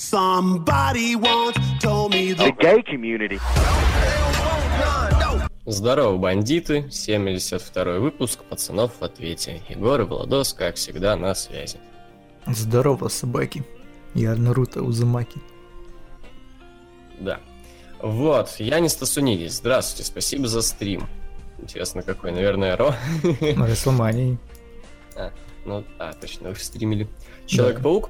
Somebody once told me The gay community. Здорово, бандиты, 72-й выпуск «Пацанов в ответе». Егор и Владос, как всегда, на связи. Здорово, собаки. Я Наруто Узумаки. Да. Вот, Янис Тасунидис, здравствуйте, спасибо за стрим. Какой, наверное, Ро? Рестлмании. Точно, вы стримили. Человек-паук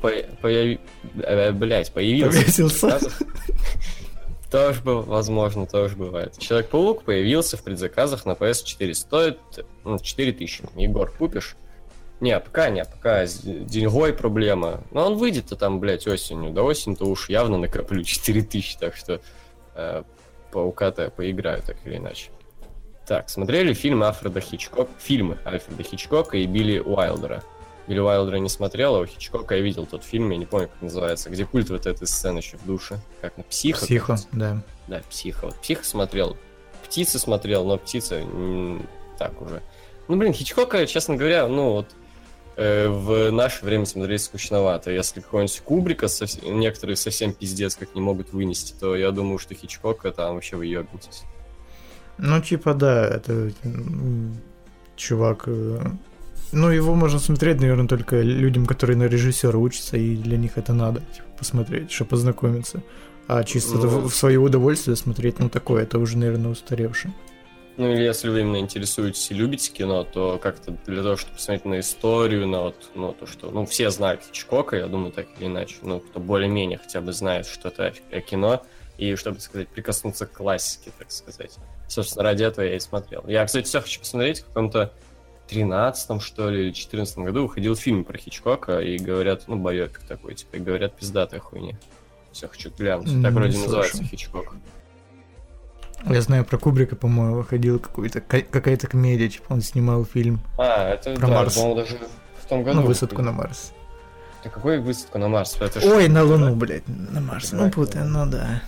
появился. Тоже было, возможно, тоже бывает. Человек-паук появился в предзаказах на PS4. Стоит 4000. Егор, купишь? Пока с деньгой проблема. Но он выйдет-то там, осенью. До осени-то уж явно накоплю 4000, так что паука-то поиграю так или иначе. Так, смотрели фильмы Альфреда Хичкока и Билли Уайлдера. Билли Уайлдера не смотрел, а у Хичкока я видел тот фильм, я не помню, как называется, где культ вот этой сцены еще в душе. Как на «Психо»? «Психо», да. Да, «Психо». Вот «Психо» смотрел, «Птицы» смотрел, но «Птица» так уже. Хичкока, честно говоря, в наше время смотреть скучновато. Если какого-нибудь Кубрика некоторые совсем пиздец как не могут вынести, то я думаю, что Хичкока там вообще вы ебнетесь. Да, это чувак... его можно смотреть, наверное, только людям, которые на режиссера учатся, и для них это надо, посмотреть, чтобы познакомиться. А чисто в свое удовольствие смотреть, такое, это уже, наверное, устаревшее. Или если вы именно интересуетесь и любите кино, то как-то для того, чтобы посмотреть на историю, на то, что, все знают Хичкока, я думаю, так или иначе, кто более-менее хотя бы знает что-то о кино, и, чтобы сказать, прикоснуться к классике, так сказать. Собственно, ради этого я и смотрел. Я, кстати, все хочу посмотреть в каком-то 13-м, что ли, или 14-м году выходил фильм про Хичкока, и говорят, байопик такой, и говорят, пиздатая хуйня. Все хочу глянуть. Так вроде называется Хичкок. Я знаю, про Кубрика, по-моему, выходила какая-то комедия, он снимал фильм это про Марс. По-моему, даже в том году. Высадку на Марс. Да какой высадку на Марс? Ой, на Луну, на Марс. Да.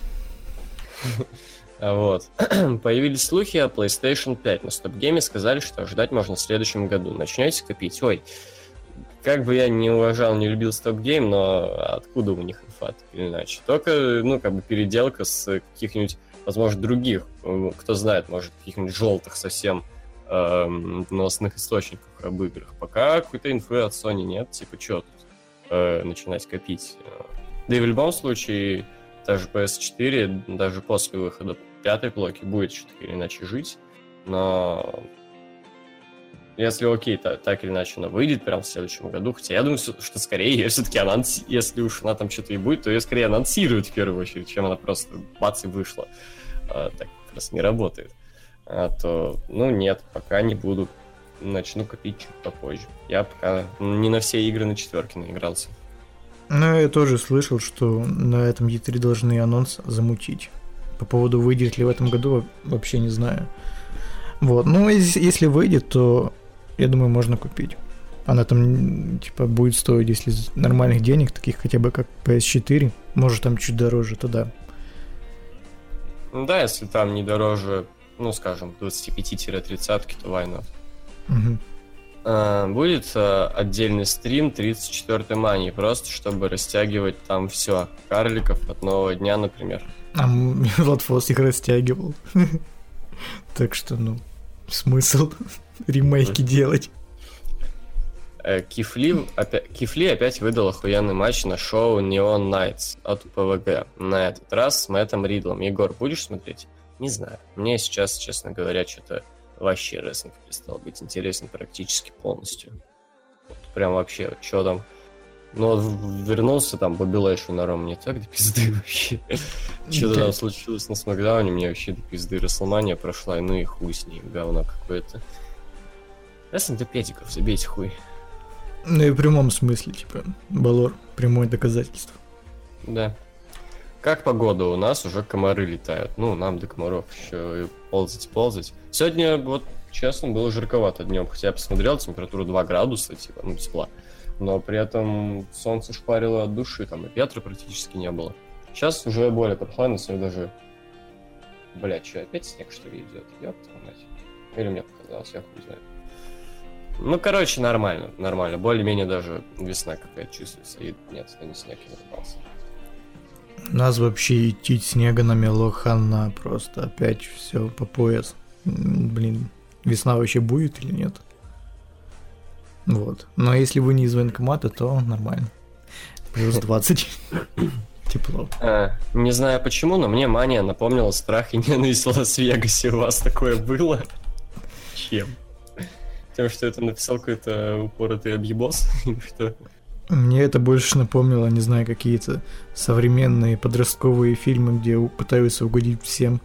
Появились слухи о PlayStation 5. На StopGame сказали, что ожидать можно в следующем году. Начнете копить? Как бы я не уважал, не любил StopGame, но откуда у них инфа, так или иначе? Только, переделка с каких-нибудь, возможно, других, кто знает, может, каких-нибудь желтых совсем новостных источников об играх. Пока какой-то инфы от Sony нет, что тут начинать копить. Да и в любом случае, даже PS4, даже после выхода пятой плойки будет что-то или иначе жить, но если так или иначе она выйдет прямо в следующем году, хотя я думаю, что скорее ее все-таки если уж она там что-то и будет, то ее скорее анонсируют в первую очередь, чем она просто бац и вышла. Так как раз не работает. Нет, пока не буду. Начну копить чуть попозже. Я пока не на все игры на 4 наигрался. Я тоже слышал, что на этом E3 должны анонс замутить. По поводу, выйдет ли в этом году, вообще не знаю. Если выйдет, то, я думаю, можно купить. Она там, будет стоить, если нормальных денег, таких хотя бы как PS4, может, там чуть дороже, то да. Да, если там не дороже, скажем, 25-30, то why not? Угу. Будет отдельный стрим 34-й мании, просто чтобы растягивать там все. Карликов от нового дня, например. Владфос их растягивал. Так что, смысл ремейки делать. Кифли опять выдал охуенный матч на шоу Neon Nights от ПВГ. На этот раз с Мэттом Ридлом. Егор, будешь смотреть? Не знаю. Мне сейчас, честно говоря, что-то вообще рестлинг перестал быть интересен практически полностью. Прям вообще, что там. Вернулся там Бобби Лэшли на Ром, мне так до пизды вообще. Что-то там случилось на Смакдауне, мне вообще до пизды. Расселмания прошла, и хуй с ней, говно какое-то. Рестлинг до педиков, забейте хуй. И в прямом смысле, Балор, прямое доказательство. Да. Как погода? У нас уже комары летают. Нам до комаров еще ползать. Сегодня, честно, было жарковато днем, хотя я посмотрел, температура 2 градуса, тепла. Но при этом солнце шпарило от души, там и ветра практически не было. Сейчас уже более прохладно, сегодня даже... опять снег, что ли, идет? Ёпта мать. Или мне показалось, я хуй знаю. Нормально. Более-менее даже весна какая-то чувствуется. И нет, это не снег, не попался. Нас вообще идти снега намело хана просто. Опять все по пояс. Блин, весна вообще будет или нет? Вот. Но если вы не из военкомата, то нормально. Плюс 20. Тепло. Не знаю почему, но мне мания напомнила страх и ненависть в Лас-Вегасе. У вас такое было? Чем? Тем, что это написал какой-то упоротый объебос? Что? Мне это больше напомнило, не знаю, какие-то современные подростковые фильмы, где пытаются угодить всем.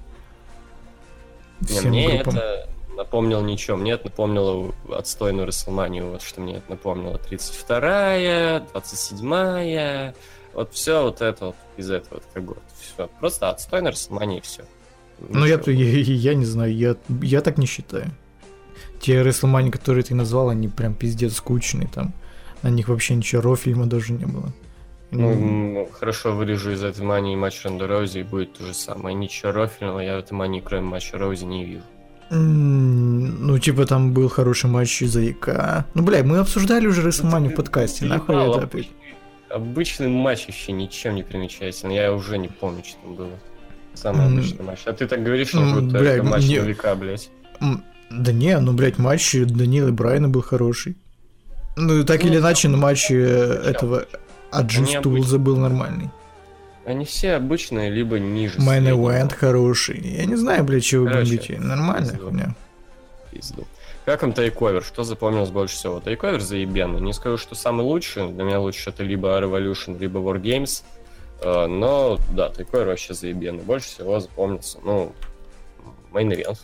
Мне группам. Это напомнило ничего. Мне это напомнило отстойную Расселманию. Вот что мне это напомнило. 32-я, 27-я. Вот все вот это вот из этого вот когорта. Все. Просто отстойная Расселмания и все. Ну, я не знаю, я так не считаю. Те Расселмании, которые ты назвал, они прям пиздец скучные там. На них вообще ничего рофильма даже не было. Ну, хорошо, вырежу из этой мании матч Ронда Роузи, и будет то же самое. Ничего рофильного я в этой мании, кроме матча Роузи, не вижу. Ну, типа, там был хороший матч из АЕК. Ну, бля, мы обсуждали уже Расселманию в подкасте. Нахуй это опять? Обычный матч еще ничем не примечательный. Я уже не помню, что там было. Самый обычный матч. А ты так говоришь, что будто это матч новика, блядь. Да не, ну, блядь, матч Данила и Брайана был хороший. Ну, так или иначе, на матче этого Аджи Стулза был нормальный. Они все обычные, либо ниже. Майн Эвент хороший. Я не знаю, блядь, чего вы говорите. Нормально хуйня. Пизду. Как вам тейковер? Что запомнилось больше всего? Тейковер заебенный. Не скажу, что самый лучший. Для меня лучше это либо Revolution, либо Wargames. Но, да, тейковер вообще заебенный. Больше всего запомнился, ну, Main Event.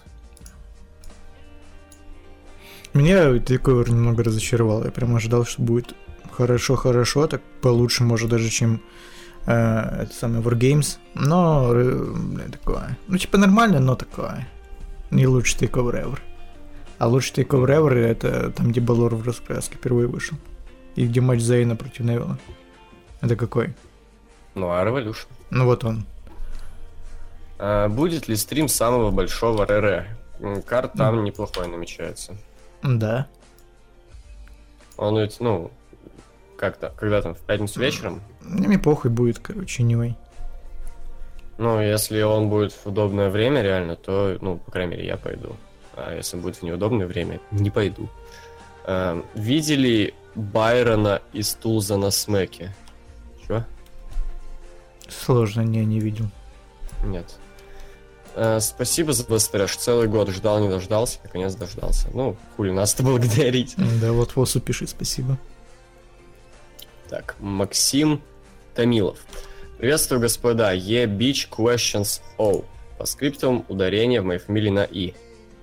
Меня тейковер немного разочаровал. Я прям ожидал, что будет хорошо, так получше, может, даже, чем это самое Wargames. Но, блин, такое. Ну, типа, нормально, но такое. Не лучший тейковер ever. А лучший тейковер ever это там, где Балор в раскраске впервые вышел. И где матч Зейна против Невилла. Это какой? Ну, а Revolution. Ну, вот он. Будет ли стрим самого большого РР? Карт там неплохой намечается. Да. Он ведь, ну, как-то, когда там, в пятницу вечером? Мне похуй будет, короче, anyway. Ну, если он будет в удобное время, реально, то, ну, по крайней мере, я пойду. А если будет в неудобное время, не пойду. Видели Байрона из Тулза на смеке? Чё? Сложно, не видел. Нет. Спасибо за Бластераш. Целый год ждал, не дождался, наконец дождался. Ну, хули нас-то благодарить. Да, вот Восу пиши спасибо. Так, Максим Томилов. Приветствую, господа. Beach Questions O. По скриптам ударение в моей фамилии на И.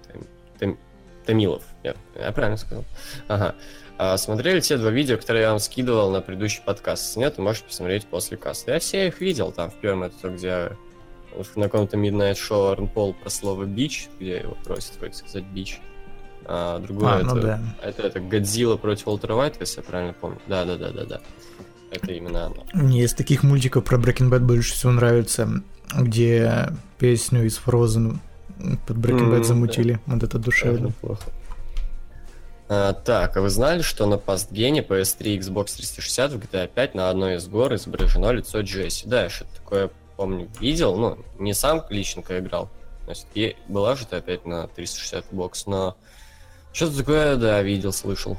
Томилов. Я правильно сказал. Ага. Смотрели те два видео, которые я вам скидывал на предыдущий подкаст? Если нет, можете посмотреть после каста. Я все их видел. Там в первом это то, где на каком-то Midnight Show Арн Пол про слово бич, где его просят сказать бич. А другое это Годзилла против Уолтера Уайта, если я правильно помню. Да. Это именно оно. Мне из таких мультиков про Breaking Bad больше всего нравится, где песню из Frozen под Breaking Bad замутили. Да. Вот это душевно. Это плохо. Так, а вы знали, что на пастгене PS3 и Xbox 360 в GTA 5 на одной из гор изображено лицо Джесси? Да, я что-то такое, помню, видел. Ну, не сам личненько играл. То есть была же GTA 5 на 360 бокс, но что-то такое, да, видел, слышал.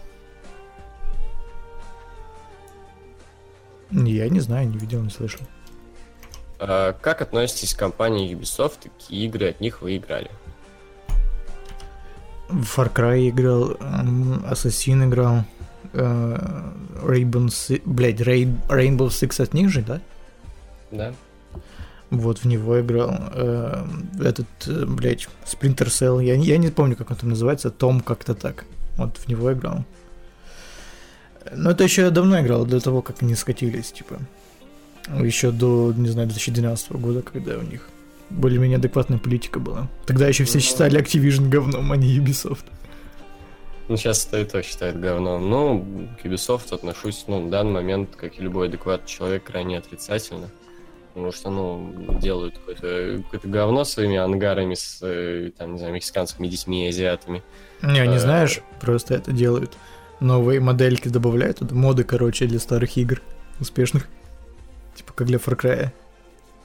Я не знаю, не видел, не слышал. Как относитесь к компании Ubisoft, какие игры от них вы играли? В Far Cry играл, Assassin играл, Rainbow Six от них же, да? Да. Вот в него играл. Этот, Splinter Cell, я не помню, как он там называется, Том как-то так. Вот в него играл. Но это еще я давно играл, до того, как они скатились, типа. Еще до, не знаю, 2012 года, когда у них более-менее адекватная политика была. Тогда еще все считали Activision говном, а не Ubisoft. Ну, сейчас это и то считает говном. Ну, к Ubisoft отношусь, на данный момент, как и любой адекватный человек, крайне отрицательно. Потому что, делают какое-то говно своими ангарами с, там, не знаю, мексиканскими детьми и азиатами. Не знаешь, просто это делают. Новые модельки добавляют, моды, короче, для старых игр успешных. Типа как для Far Cry.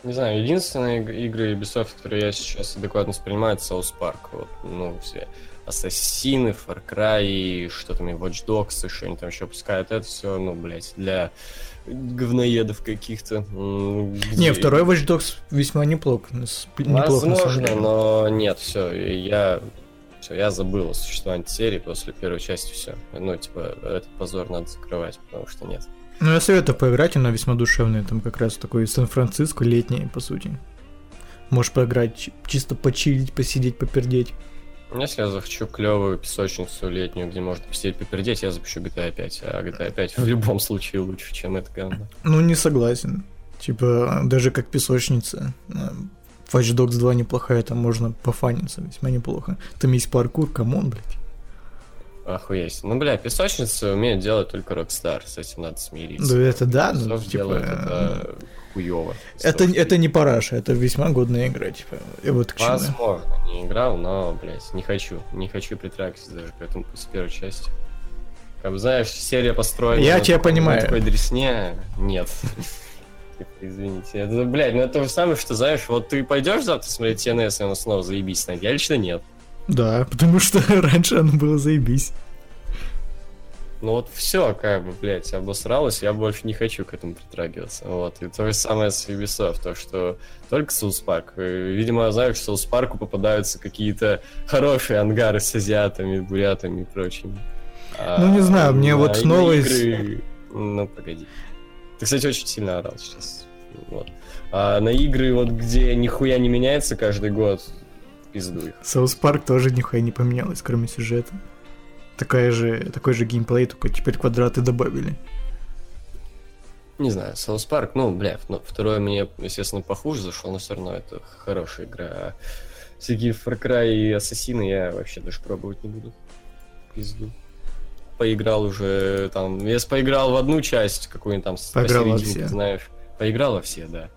Не знаю, единственные игры Ubisoft, которые я сейчас адекватно воспринимаю, это South Park. Вот, ну, все Ассасины, Far Cry, и что там, и Watch Dogs, и что они там еще пускают. Это все, ну, блядь, для говноедов каких-то. Не, второй Watch Dogs весьма неплохо. Возможно, но нет, все, я забыл о существовании серии после первой части, все. Ну, типа, этот позор надо закрывать, потому что нет. Ну, я советую поиграть, она весьма душевная, там как раз такой Сан-Франциско летний, по сути. Можешь поиграть, чисто почилить, посидеть, попердеть. Если я захочу клевую песочницу летнюю, где можно посидеть, попердеть, я запущу GTA 5, а GTA 5 в любом случае лучше, чем это говно. Ну, не согласен. Типа, даже как песочница. Watch Dogs 2 неплохая, там можно пофаниться, весьма неплохо. Там есть паркур, камон, блядь. Охуеть. Ну, бля, песочницы умеют делать только Rockstar, с этим надо смириться. Да это да, ну, типа... это хуёво. Это не параша, это весьма годная игра, типа. И вот к чему. Возможно, не играл, но, блядь, не хочу притрагиваться даже к этому с первой части. Как бы, знаешь, серия построена... Я тебя понимаю. На такой дресне, нет. Извините. Это, блядь, ну это то же самое, что, знаешь, вот ты пойдешь завтра смотреть TNS, и оно снова заебись станет? Я лично нет. Да, потому что раньше оно было заебись. Ну вот все, как бы, блядь, обосралось, я больше не хочу к этому притрагиваться. Вот. И то же самое с Ubisoft, то, что только South Park. Видимо, знаешь, в South Park попадаются какие-то хорошие ангары с азиатами, бурятами и прочими. Ну, не знаю, мне вот новые... игры... Ну, погоди. Ты, кстати, очень сильно орал сейчас. Вот. А на игры, вот где нихуя не меняется каждый год, пизду их. South Park тоже нихуя не поменялось, кроме сюжета. Такой же геймплей, только теперь квадраты добавили. Не знаю, South Park, ну, бля, ну, второе мне, естественно, похуже зашел, но все равно это хорошая игра. А всякие Far Cry и Ассасины я вообще даже пробовать не буду. Пизду. Поиграл уже там... Я поиграл в одну часть, какую-нибудь там посерединке, знаешь. Поиграл во все, да.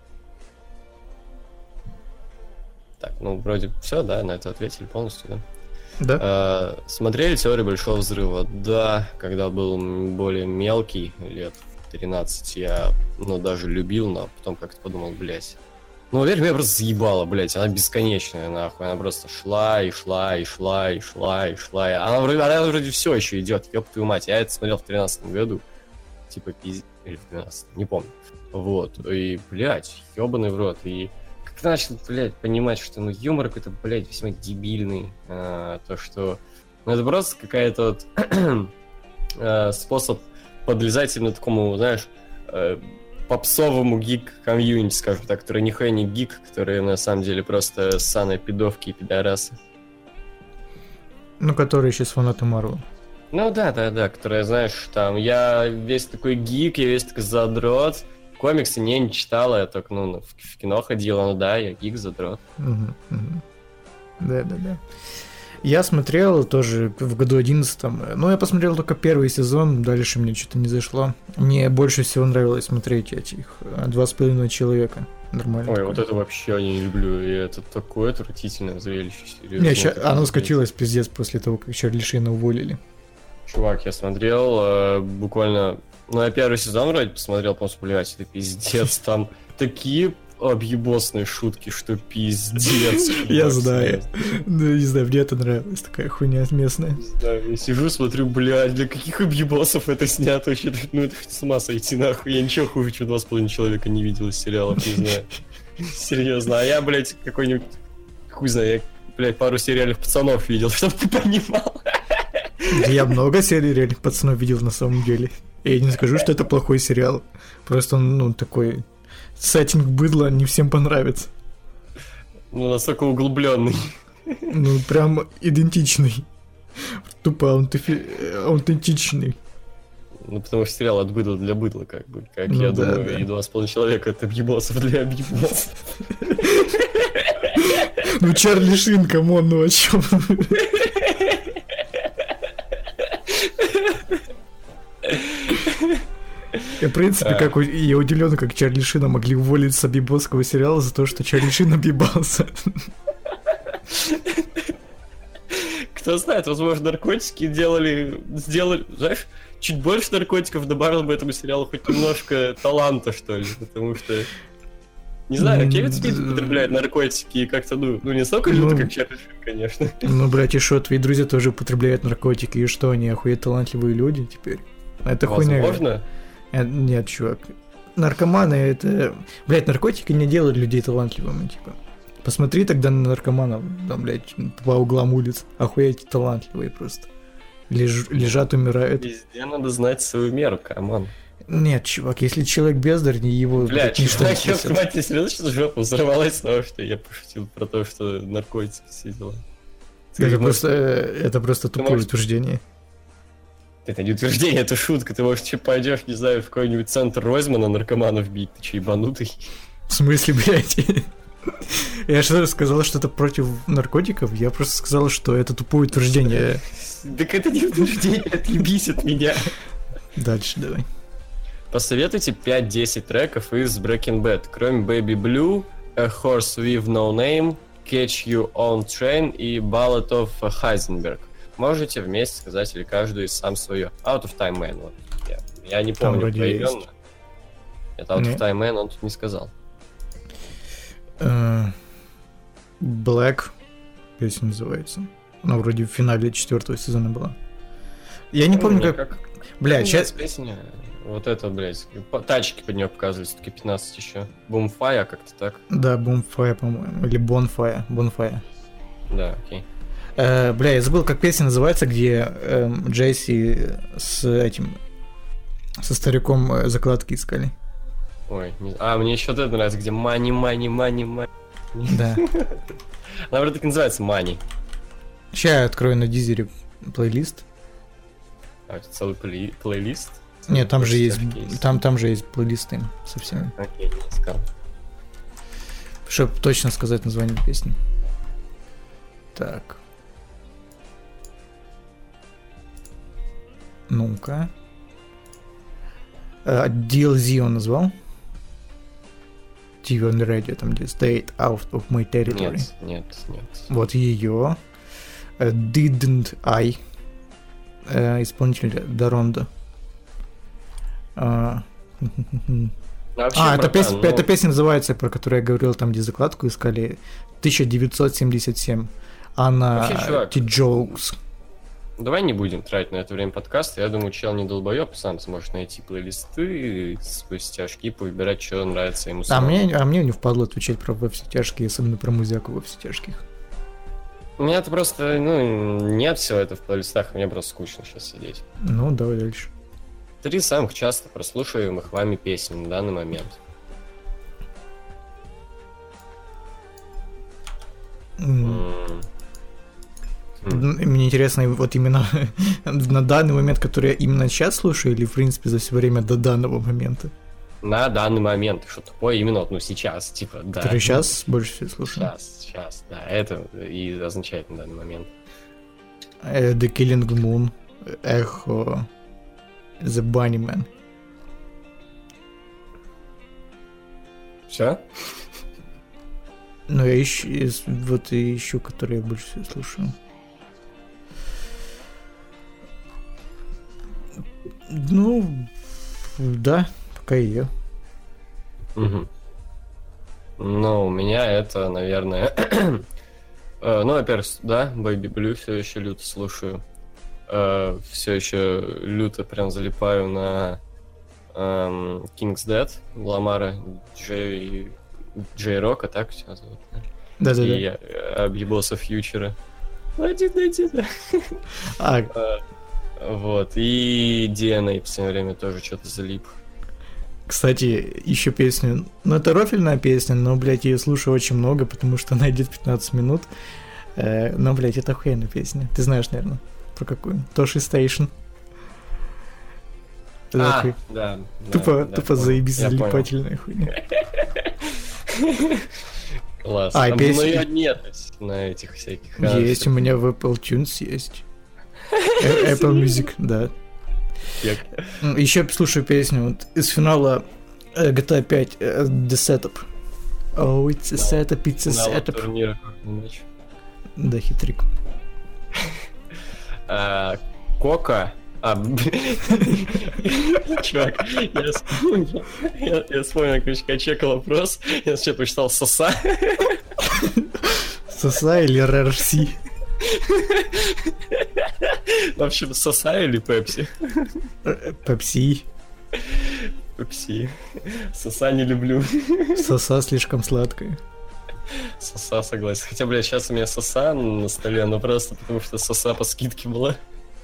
Так, ну, вроде все, да, на это ответили полностью, да? Да. Смотрели «Теорию большого взрыва»? Да, когда был более мелкий, лет 13, я, ну, даже любил, но потом как-то подумал, блядь. Ну, уверен, меня просто заебала, блядь, она бесконечная, нахуй, она просто шла и шла, и шла, и шла, и шла. Она вроде все еще идет, ёб твою мать, я это смотрел в 13 году, типа, или в 12, не помню. Вот, и, блядь, ёбаный в рот, и как начал, блядь, понимать, что, ну, юмор какой-то, блядь, весьма дебильный, то, что, ну, это просто какая-то вот способ подлезать именно такому, знаешь, попсовому гик-комьюнити, скажем так, который нихуя не гик, которые на самом деле просто ссаные пидовки и пидорасы. Ну, которые сейчас фанаты Марвел. Ну да, которые, знаешь, там, я весь такой гик, я весь такой задрот, комиксы не читал, я только, ну, в кино ходил, ну да, я гик, задрот. Да. Я смотрел тоже в году 11-м, но я посмотрел только первый сезон, дальше мне что-то не зашло. Мне больше всего нравилось смотреть этих «2,5 человека». Нормально. Ой, такое. вот это вообще я не люблю, и это такое отвратительное зрелище. Серьезно. Не, оно скатилось пиздец после того, как Чарли Шина уволили. Чувак, я смотрел буквально... Ну, я первый сезон вроде посмотрел, просто, блядь, это пиздец, там такие объебосные шутки, что пиздец. Я знаю. Ну, не знаю, мне это нравилось, такая хуйня местная. Да, я сижу, смотрю, блядь, для каких объебосов это снято вообще? Ну, это с ума сойти, нахуй. Я ничего хуже, чем 2,5 человека не видел из сериалов, не знаю. Серьезно, а я, блядь, какой-нибудь... Хуй знаю, я, блядь, пару сериалов пацанов видел, чтобы ты понимал. Я много серий реальных пацанов видел на самом деле. Я не скажу, что это плохой сериал. Просто он, ну, такой... Сеттинг быдла не всем понравится. Ну, настолько углубленный. Ну, прям идентичный. Тупо аутентичный. Ну, потому что сериал от быдла для быдла, как бы. Как ну, я думаю, да. И 2,5 человека от объебосов для объебосов. Ну, Чарли Шин, камон, ну о чем? Я, в принципе, я удивлен, как Чарли Шина могли уволить с объебосского сериала за то, что Чарли Шин объебался. Кто знает, возможно, наркотики сделали, знаешь, чуть больше наркотиков добавил бы этому сериалу хоть немножко таланта, что ли, потому что... Не знаю, Кевин Смит употребляет наркотики и как-то, ну не столько люто, как Чарли Шин, конечно. Ну, блядь, и что, твои друзья тоже употребляют наркотики, и что, они охуеть талантливые люди теперь? Это хуйня. Возможно. Нет, чувак. Наркоманы это... Блядь, наркотики не делают людей талантливыми, типа. Посмотри тогда на наркоманов, там, блядь, по углам улиц. Охуеть талантливые просто. Лежат, умирают. Везде надо знать свою меру, камон. Нет, чувак, если человек бездарь, его... Блядь, чувак, я в кровати серьезно, что жопа взорвалась с того, что я пошутил про то, что наркотики все дела. Это просто тупое утверждение. Это не утверждение, это шутка. Ты, может, пойдешь, не знаю, в какой-нибудь центр Ройзмана наркоманов бить. Ты че, ебанутый? В смысле, блядь? Я что, сказал что-то против наркотиков? Я просто сказал, что это тупое утверждение. Так это не утверждение, отъебись от меня. Дальше давай. Посоветуйте 5-10 треков из Breaking Bad, кроме Baby Blue, A Horse with No Name, Catch You on Train и Ballad of Heisenberg. Можете вместе сказать или каждый сам свое. Out of Time Man. Вот. Я не помню поименно. Это Out of Time Man, он тут не сказал. Black песня называется. Она вроде в финале 4-го сезона была. Я не помню, как... Бля, сейчас... Песня... Вот это, блядь, тачки под нее показывались, таки 15 еще. Boomfire, как-то так. Да, Boomfire, по-моему. Или Bonfire. Да, окей. Бля, я забыл, как песня называется, где Джесси со стариком закладки искали. Ой, мне еще вот это нравится, где money. Да. Она вроде так и называется money. Сейчас я открою на Дизере плейлист. Это целый плейлист? Нет, там же есть, там же есть плейлисты со всеми. Окей, не искал. Чтобы точно сказать название песни. Так. Ну-ка. DLZ он назвал? TV on the Radio, там где Stayed Out of My Territory. Нет. Вот ее. Didn't I. Исполнитель Доронда. Эта песня называется, про которую я говорил, там где закладку искали, 1977. Она T-Jokes. Давай не будем тратить на это время подкаста. Я думаю, чел не долбоёб, сам сможет найти плейлисты сквозь стяжки и повыбирать, что нравится ему самому. Мне не впадло отвечать про во все тяжкие, особенно про музяку во все тяжких. У меня это просто, нет всего этого в плейлистах, мне просто скучно сейчас сидеть. Ну, давай дальше. 3 самых часто прослушиваемых вами песни на данный момент. Мне интересно, вот именно на данный момент, который я именно сейчас слушаю, или в принципе за все время до данного момента? На данный момент, что такое именно сейчас, типа, да. Который сейчас больше всего слушаю? Сейчас, да, это и означает на данный момент. The Killing Moon, Echo, The Bunnyman. Все? Ну, я ищу, который я больше всего слушаю. Ну, да, пока ее. Угу. Ну, у меня это, наверное... во-первых, да, Baby Blue все еще люто слушаю. Все еще люто прям залипаю на King's Dead, Ламара, Джей Рока, так все зовут? Да. И объебался Фьючера. Найди. Вот, и DNA в последнее время тоже что-то залип. Кстати, еще песню. Ну, это рофельная песня, но, блядь, я ее слушаю очень много, потому что она идет 15 минут. Но, блядь, это охуенная песня. Ты знаешь, наверное, про какую? Тоши Стейшн. Да. Тупо заебись залипательная хуйня. Класс. Но ее нет на этих всяких... Есть, у меня в Apple Tunes есть. Apple Music, да. Еще слушаю песню вот из финала GTA 5 The Setup. Oh, it's a setup, it's a setup. Турнира. Да, хитрик. Кока Чувак, я вспомнил, короче, когда чекал вопрос, я сначала прочитал соса. Соса или РРС? В общем, соса или пепси? Пепси. Пепси. Соса не люблю. Соса слишком сладкая. Соса, согласен. Хотя, блядь, сейчас у меня соса на столе, но просто потому что соса по скидке была.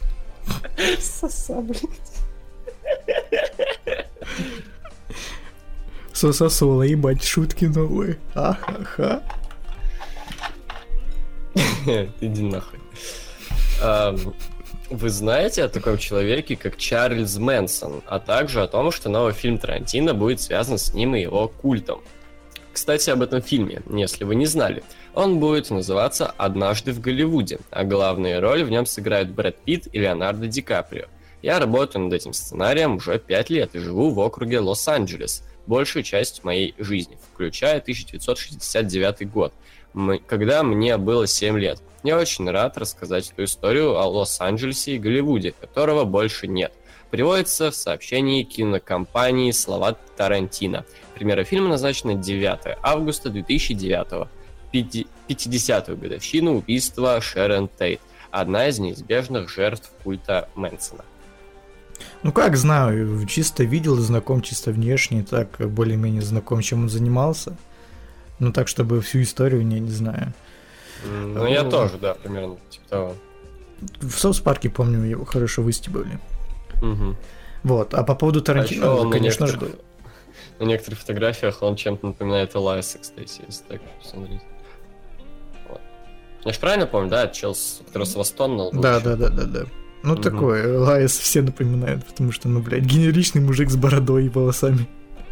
Соса, блядь. Соса-соло, ебать, шутки новые. Ахаха. Иди нахуй. Вы знаете о таком человеке, как Чарльз Мэнсон, а также о том, что новый фильм Тарантино будет связан с ним и его культом. Кстати, об этом фильме, если вы не знали. Он будет называться «Однажды в Голливуде», а главные роли в нем сыграют Брэд Питт и Леонардо Ди Каприо. Я работаю над этим сценарием уже 5 лет и живу в округе Лос-Анджелес, большую часть моей жизни, включая 1969 год, когда мне было 7 лет. Я очень рад рассказать эту историю о Лос-Анджелесе и Голливуде, которого больше нет. Приводится в сообщении кинокомпании «Слова Тарантино». Премьера фильма назначена 9 августа 2009, 50-ю годовщину убийства Шэрон Тейт, одна из неизбежных жертв культа Мэнсона. Ну как знаю, чисто видел, знаком чисто внешне, так более-менее знаком, чем он занимался. Ну так, чтобы всю историю не знаю. Ну я тоже, да, примерно типа того. В Соус-парке, помню, его хорошо выстебали. Угу. Вот, а по поводу Тарантино, конечно же... На некоторых фотографиях он чем-то напоминает Элайса, кстати, если так посмотреть. Вот. Я же правильно помню, да? Чел, который с Востоннелл был. Да. Ну такой, Элайс все напоминают, потому что, ну, блядь, генеричный мужик с бородой и волосами.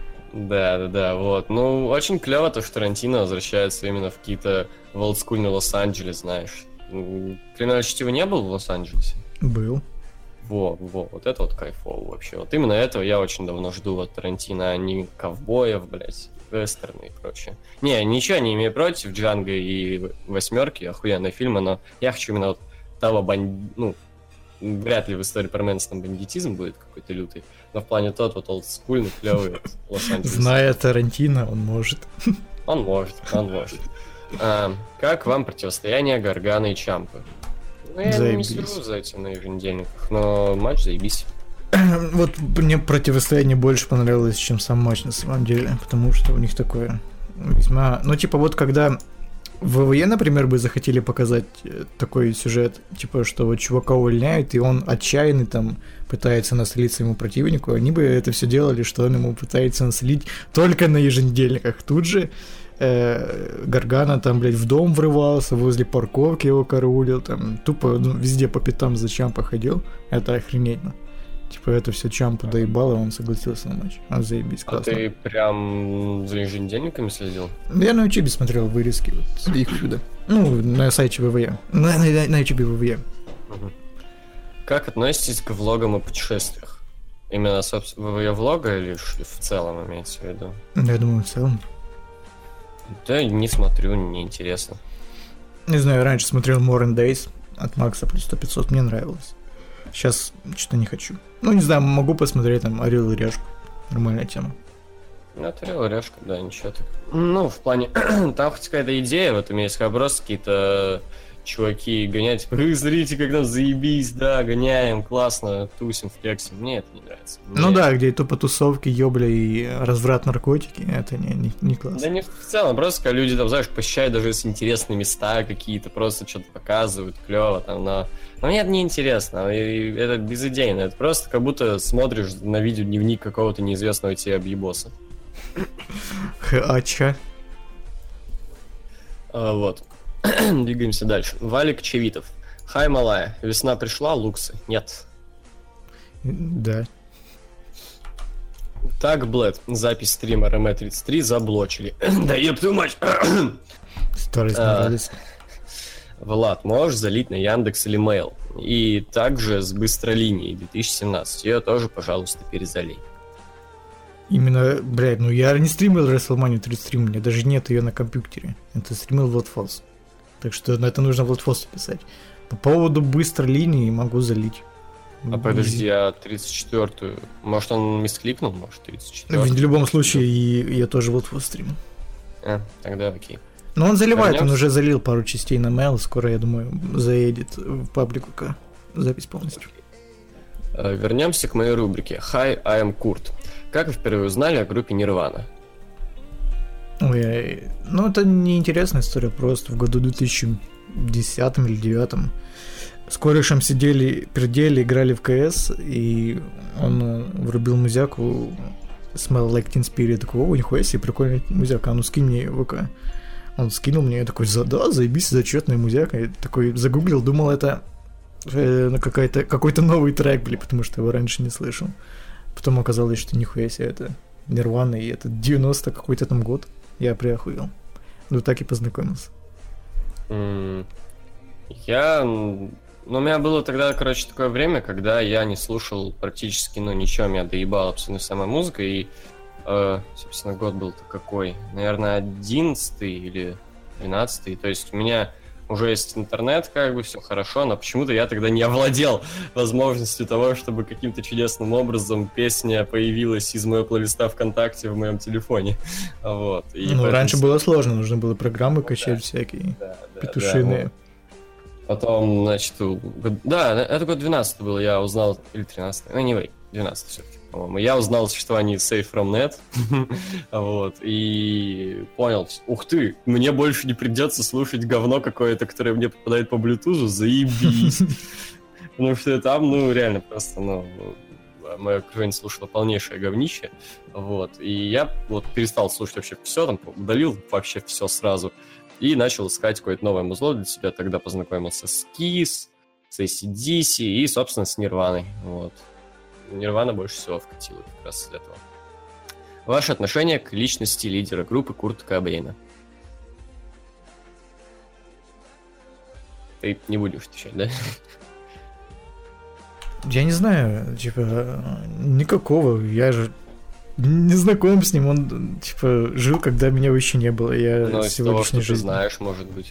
Да, вот. Ну, очень клево то, что Тарантино возвращается именно в какие-то в олдскульный Лос-Анджелес, знаешь. Криминальное чтиво не был в Лос-Анджелесе? Был. Вот это вот кайфово вообще. Вот именно этого я очень давно жду от Тарантино, а не ковбоев, блять, вестерны и прочее. Не, ничего не имею против Джанго и Восьмерки, охуенные фильмы, но я хочу именно вот того вряд ли в истории про Мэнсона бандитизм будет какой-то лютый, но в плане тот вот олдскульный, клевый Лос-Анджелес. Зная Тарантино, он может. Он может. Как вам противостояние Гаргана и Чампы? Ну, я заебись. Не слежу за этим на еженедельниках, но матч заебись. Вот мне противостояние больше понравилось, чем сам матч на самом деле, потому что у них такое весьма... Ну, типа, вот когда в ВВЕ, например, бы захотели показать такой сюжет, типа, что вот чувака увольняют, и он отчаянный там пытается наслить своему противнику, они бы это все делали, что он ему пытается наслить только на еженедельниках. Тут же Гаргана там, блядь, в дом врывался, возле парковки его караулил, там тупо везде по пятам за Чампа ходил. Это охрененно. Типа это все Чампу доебало, он согласился на матч. А заебись, классно. А ты прям за еженедельниками следил? Я на ютубе смотрел вырезки вот их чуда. Ну, на сайте ВВЕ. На ютубе ВВЕ. Угу. Как относитесь к влогам о путешествиях? Именно, собственно, ВВЕ влога или в целом имеется в виду? Я думаю, в целом. Да, не смотрю, неинтересно. Не знаю, раньше смотрел More and Days от Макса плюс 100-500, мне нравилось. Сейчас что-то не хочу. Ну, не знаю, могу посмотреть там Орел и Решку. Нормальная тема. Ну, это Орел и Решка, да, ничего так. Ну, в плане, там хоть какая-то идея в этом есть, как просто какие-то чуваки гоняют, типа, смотрите, как нам заебись, да, гоняем, классно, тусим, флексим. Мне это не нравится. Ну да, где тупо тусовки, ёбля и разврат, наркотики, это не классно. Да не в целом, просто когда люди там, знаешь, посещают даже если интересные места какие-то, просто что-то показывают, клево там, но мне это не интересно, это безыдейно, это просто как будто смотришь на видеодневник какого-то неизвестного тебе объебоса. Хача. Вот. Двигаемся дальше. Валик Чевитов. Хай, малая. Весна пришла, луксы? Нет. Да. Так, Блэд. Запись стрима РМ33 заблочили. Да еб твою мать. Сторис нравились. Влад, можешь залить на Яндекс или Mail? И также с быстролинией 2017. Ее тоже, пожалуйста, перезалей. Именно, блядь, ну я не стримил WrestleMania 33, у меня даже нет ее на компьютере. Это стримил Владфос. Так что на это нужно Владфосу писать. По поводу быстрой линии могу залить. А подожди, а 34-ю? Может, он мискликнул? Может, 34-ю? В любом случае, и я тоже вот стриму. Тогда окей. Но он заливает, он уже залил пару частей на mail, скоро, я думаю, заедет в паблик ВК. Запись полностью. Вернемся к моей рубрике. Hi, I am Kurt. Как вы впервые узнали о группе Nirvana? Ой, ну это не интересная история, просто в году 2010 или 2009 с корешем сидели, пердели, играли в КС, и он врубил музяку Smell Like Teen Spirit, такой, о, нихуя себе, прикольная музяка, а ну скинь мне ВК. Он скинул мне, я такой, да, заебись, зачетная музяка. Я такой загуглил, думал, это какой-то новый трек, блин, потому что его раньше не слышал. Потом оказалось, что нихуя себе, это Nirvana, и это 90 какой-то там год. Я приохуел. Ну, так и познакомился. У меня было тогда, короче, такое время, когда я не слушал практически, ничего, меня доебала абсолютно сама музыка, и, собственно, год был-то какой? Наверное, 11-й или 12-й, то есть у меня уже есть интернет, как бы, все хорошо, но почему-то я тогда не овладел возможностью того, чтобы каким-то чудесным образом песня появилась из моего плейлиста ВКонтакте в моем телефоне, вот. И раньше было сложно, нужно было программы качать всякие, петушиные. Потом, значит, это год 12 был, я узнал, или 13, anyway, 12 все-таки, по-моему. Я узнал о существовании Safe From Net, вот, и понял, ух ты, мне больше не придется слушать говно какое-то, которое мне попадает по Bluetooth, заебись. Потому что там, реально просто, мое окружение слушало полнейшее говнище, вот, и я перестал слушать вообще все, там, удалил вообще все сразу. И начал искать какое-то новое музло для себя. Тогда познакомился с Kiss, с AC/DC и, собственно, с Nirvana. Вот. Nirvana больше всего вкатила как раз из этого. Ваше отношение к личности лидера группы Курта Кобейна? Ты не будешь отвечать, да? Я не знаю, никакого. Я же не знаком с ним, он, жил, когда меня еще не было. Я из того, что ты знаешь, может быть.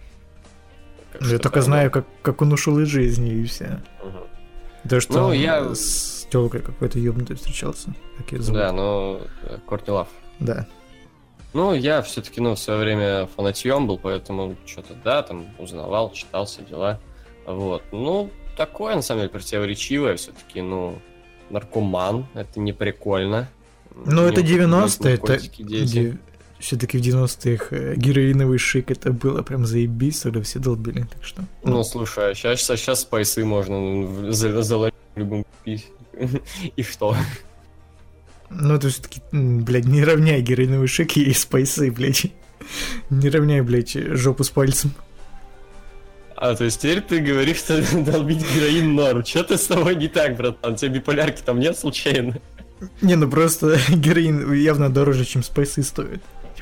Я только знаю, как он ушел из жизни, и все. То, что он с тёлкой какой-то ёбнутой встречался. Как ее зовут? Да, Кортни Лав. Да. Я все-таки, в свое время фанатьем был, поэтому что-то, там, узнавал, читал все дела. Вот. Такое, на самом деле, противоречивое все-таки, наркоман, это не прикольно. Это 90-е, это все-таки в 90-х героиновый шик, это было прям заебись, тогда все долбили, так что... Слушай, а сейчас спайсы можно залить любым купить, и что? Это все-таки, не равняй героиновый шик и спайсы, блядь. Не равняй, блядь, жопу с пальцем. То есть теперь ты говоришь, что долбить героин норм. Что ты с тобой не так, братан? У тебя биполярки там нет случайно? Не, просто героин явно дороже, чем спайсы стоит.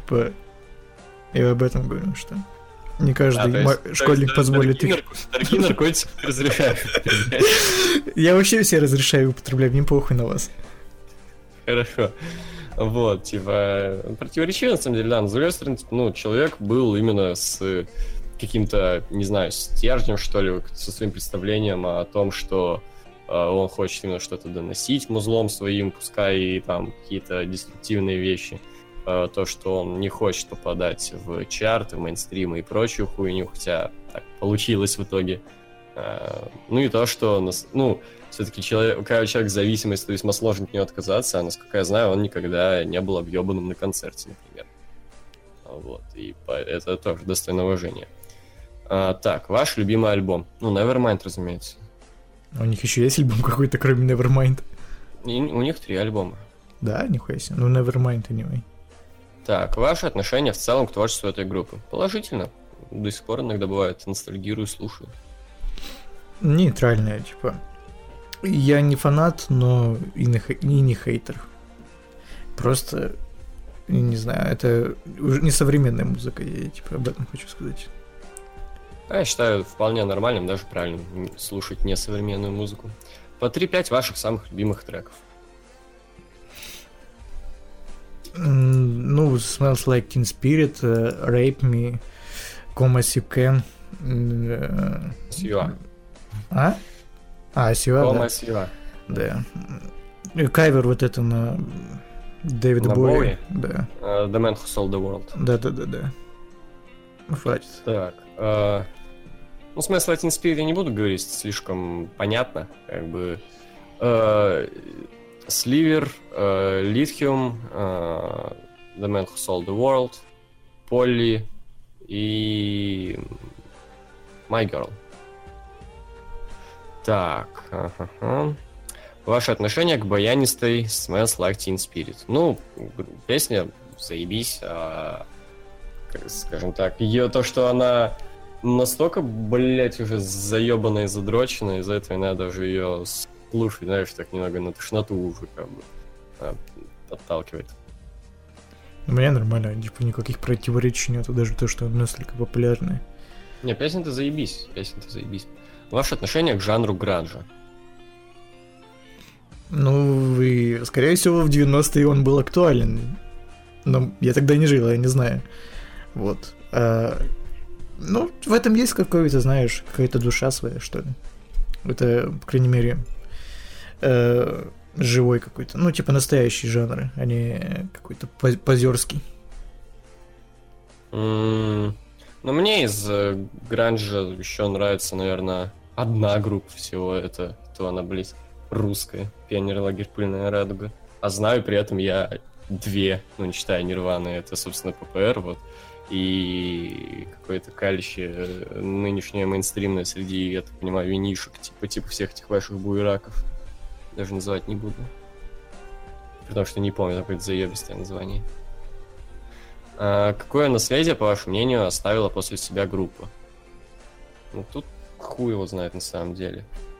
Я об этом говорю, что не каждый школьник позволит их. Дорогие наркотики ты разрешаешь употреблять. Я вообще все разрешаю употреблять, мне похуй на вас. Хорошо. Вот, противоречиво, на самом деле, да. Но с другой стороны, человек был именно с каким-то, не знаю, стержнем, что ли, со своим представлением о том, что он хочет именно что-то доносить музлом своим, пускай и там какие-то деструктивные вещи. То, что он не хочет попадать в чарты, в мейнстримы и прочую хуйню, хотя так получилось в итоге. И то, что, все-таки когда человек зависимость, то весьма сложно от него отказаться, а насколько я знаю, он никогда не был объебанным на концерте, например. Вот, и это тоже достойно уважения. Так, ваш любимый альбом? Nevermind, разумеется. У них еще есть альбом какой-то, кроме Nevermind? У них 3 альбома. Да, нихуя себе. Nevermind, anyway. Так, ваше отношение в целом к творчеству этой группы? Положительно. До сих пор иногда бывает, ностальгирую, слушаю. Нейтральное, я не фанат, но и не хейтер. Просто, не знаю, это уже не современная музыка, я об этом хочу сказать. Я считаю вполне нормальным, даже правильным слушать несовременную музыку. По 3-5 ваших самых любимых треков. Smells Like Teen Spirit, Rape Me, Come As You Can. You Are. А? Сива, Кома да. Сива. Да. И кавер вот это на Дэвида На Боуи. Боуи? Да. The Man Who Sold the World. Да. Ну, хватит. Так. Ну, смысл Latin Spirit я не буду говорить, слишком понятно. Как бы... Sliver, Lithium, The Man Who Sold the World, Polly и My Girl. Так. Ваше отношение к баянистой Smells Like Teen Spirit. Ну, песня заебись. Скажем так, ее то, что она настолько, блять, уже заебанная и задроченная, из-за этого надо уже ее слушать, знаешь, так немного на тошноту уже как бы отталкивает. У меня нормально, типа никаких противоречий нету, даже то, что она несколько популярная. Не, песня-то заебись. Ваше отношение к жанру гранжа. Ну, и, скорее всего, в 90-е он был актуален. Но я тогда не жил, я не знаю. Вот. Ну, в этом есть какой-то, знаешь, какая-то душа своя, что ли. Это, по крайней мере, живой какой-то. Ну, типа настоящий жанр, а не какой-то позерский. Ну, мне из гранжа еще нравится, наверное, одна группа всего. Это она, блядь, русская. Пионерлагерь «Пыльная радуга». А знаю при этом я две, ну, не считая Нирваны. Это, собственно, ППР, вот. И какое-то калище нынешнее мейнстримное среди, я так понимаю, винишек, типа всех этих ваших буераков. Даже называть не буду. Потому что не помню, какое-то заебистое название. Какое наследие, по вашему мнению, оставила после себя группа? Ну, тут хуй его знает на самом деле.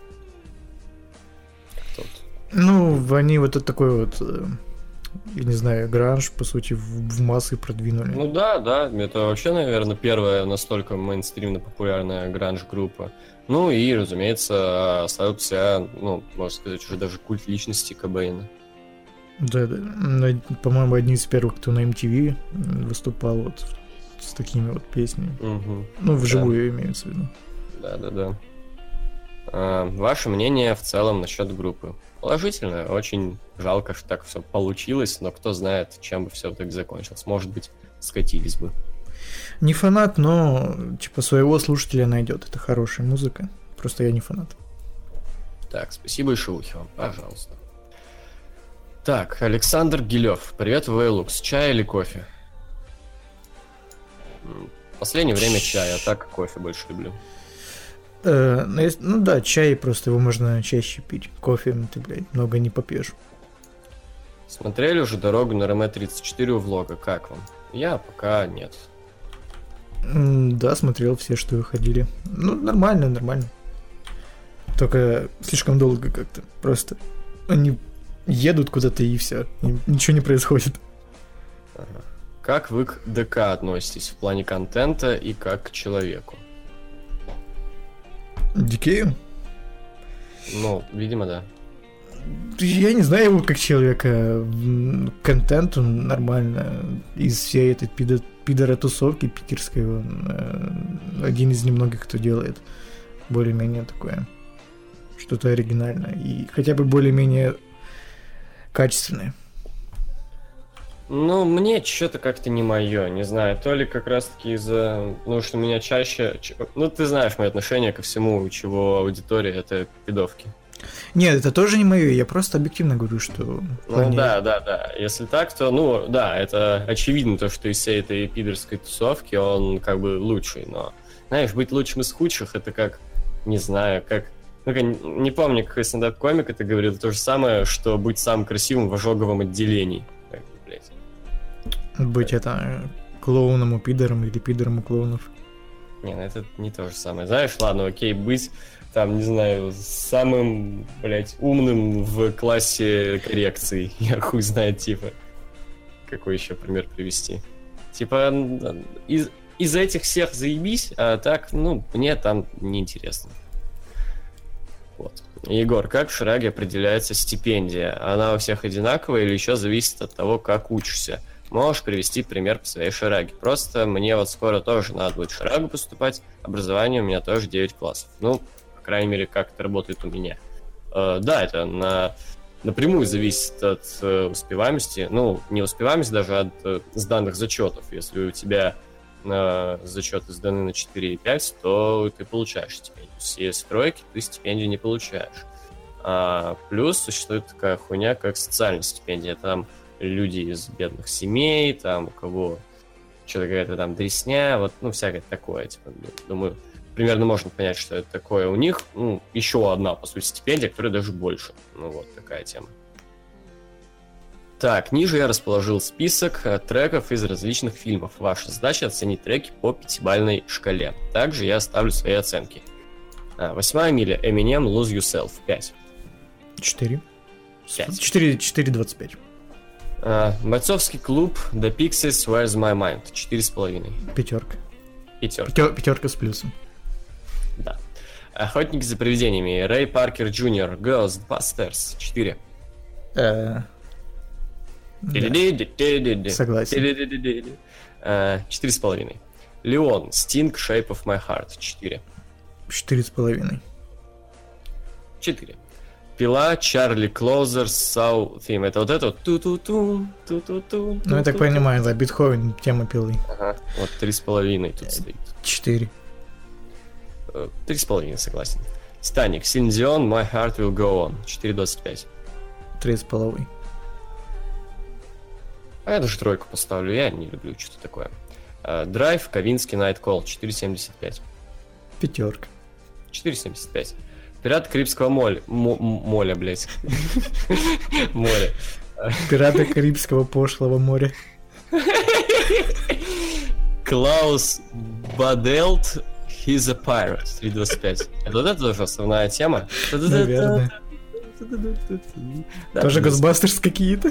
Ну, они вот это такой вот, я не знаю, гранж, по сути, в массы продвинули. Ну да, это вообще, наверное, первая настолько мейнстримно популярная гранж-группа. Ну и, разумеется, оставил себя, ну, можно сказать, уже даже культ личности Кобейна. Да. По-моему, одни из первых, кто на MTV выступал вот с такими вот песнями. Угу. Ну, вживую имеется в виду. Да. Ваше мнение в целом насчет группы? Положительное. Очень жалко, что так все получилось, но кто знает, чем бы все так закончилось. Может быть, скатились бы. Не фанат, но типа своего слушателя найдет. Это хорошая музыка. Просто я не фанат. Так, спасибо и шелухи вам, пожалуйста. Так, Александр Гилев. Привет, Вейлукс. Чай или кофе? В последнее время чай, а так кофе больше люблю. Ну да, чай, просто его можно чаще пить. Кофе ты, блядь, много не попьешь. Смотрели уже «Дорогу на РМ-34» у влога, как вам? Я пока нет. Да, смотрел все, что выходили. Ну, нормально. Только слишком долго как-то. Просто они едут куда-то и все. Ничего не происходит. Ага. Как вы к ДК относитесь в плане контента и как к человеку? Дикею? Ну, видимо, да. Я не знаю его как человека. Контент он нормально. Из всей этой пидоротусовки питерской он один из немногих, кто делает более-менее такое. Что-то оригинальное. И хотя бы более-менее качественное. Ну, мне что-то как-то не мое, не знаю, то ли как раз-таки из-за... Ну, что меня чаще... Ну, ты знаешь мое отношение ко всему, чего аудитория — это пидовки. Нет, это тоже не мое, я просто объективно говорю, что... Ну, да. Если так, то, ну, да, это очевидно, то, что из всей этой пидорской тусовки он как бы лучший, но, знаешь, быть лучшим из худших — это как, не знаю, как... Ну, не помню, какой стендап-комик это говорил, то же самое, что быть самым красивым в ожоговом отделении. Быть это клоуном у пидором или пидором у клоунов. Не, ну это не то же самое. Знаешь, ладно, окей, быть там, не знаю, самым, блядь, умным в классе коррекции. Я хуй знает, типа. Какой еще пример привести? Типа, из этих всех заебись, а так, ну, мне там неинтересно. Вот. Егор, как в Шраге определяется стипендия? Она у всех одинаковая или еще зависит от того, как учишься? Можешь привести пример по своей Шраге. Просто мне вот скоро тоже надо будет в Шрагу поступать. Образование у меня тоже 9 классов. Ну, по крайней мере, как это работает у меня. Да, это напрямую зависит от успеваемости. Ну, не успеваемость даже, от сданных зачетов. Если у тебя зачеты сданы на 4,5, то ты получаешь стипендию. Если есть тройки, ты стипендию не получаешь. Плюс существует такая хуйня, как социальная стипендия. Там люди из бедных семей, там у кого что-то какая-то там дресня, вот, ну, всякое такое. Типа, думаю, примерно можно понять, что это такое. У них, ну, еще одна, по сути, стипендия, которая даже больше. Ну, вот такая тема. Так, ниже я расположил список треков из различных фильмов. Ваша задача оценить треки по 5-бальной шкале. Также я ставлю свои оценки. 8 миля, Eminem, Lose Yourself, 5. 4. 5. 4,25. Бойцовский клуб, The Pixies, Where's My Mind, 4,5. Пятерка. Пятерка с плюсом. Да. Охотники за привидениями, Рэй Паркер Джуниор, Ghostbusters, 4. Да. Согласен. 4,5. Леон, Sting, Shape of My Heart, 4. 4,5. 4. Пила, Чарли Клоузер, Сау Theme. Это вот это вот ту-ту-ту, ту-ту-ту. Ну, я так понимаю, да, Бетховен, тема пилы. Ага, вот 3,5 тут стоит. 4. 3,5, согласен. Титаник, Синдион, My Heart Will Go On, 4,25. 3,5. А я даже тройку поставлю, я не люблю что-то такое. Драйв, Ковинский, Night Call, 4,75. Пятерка. 4,75. Пираты Карибского моря, блять. Море. Пираты Карибского пошлого моря. Клаус Баделт, He's a Pirate, 3,25. Это вот это тоже основная тема? Наверное. Тоже Ghostbusters какие-то?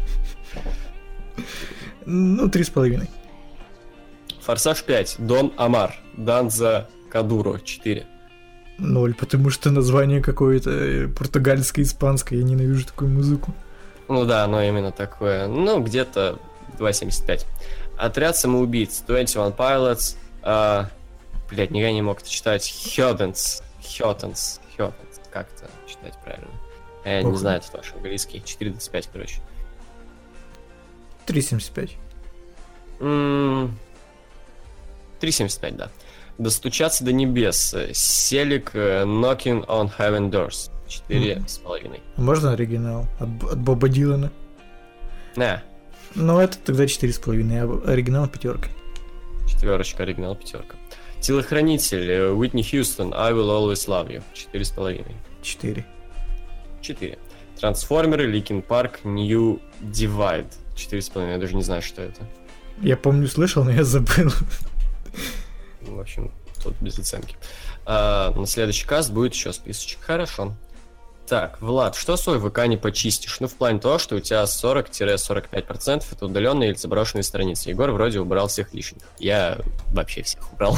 Ну, 3,5. Форсаж 5, Дон Амар, Данза Кадуро, 4. 0, потому что название какое-то португальское, испанское, я ненавижу такую музыку. Ну да, оно именно такое. Ну, где-то 2,75. Отряд самоубийц, 21 Pilots, блять, никогда не мог это читать. Хёденс, как это читать правильно? Я не знаю, это ваш английский. 4,25, короче. 3,75. 3,75, да. Достучаться до небес. Селик, Knocking on Heaven Doors. 4,5. Можно оригинал? От Боба Дилана? Ну, это тогда 4,5, а оригинал пятерка. Четверочка, оригинал пятерка. Телохранитель, Уитни Хьюстон, I Will Always Love You. 4,5. 4. Трансформеры, Линкин Парк, New Divide. 4,5. Я даже не знаю, что это. Я помню, слышал, но я забыл. В общем, тут без оценки. На следующий каст будет еще списочек. Хорошо. Так, Влад, что свой ВК не почистишь? Ну, в плане того, что у тебя 40-45% это удаленные или заброшенные страницы. Егор вроде убрал всех лишних. Я вообще всех убрал.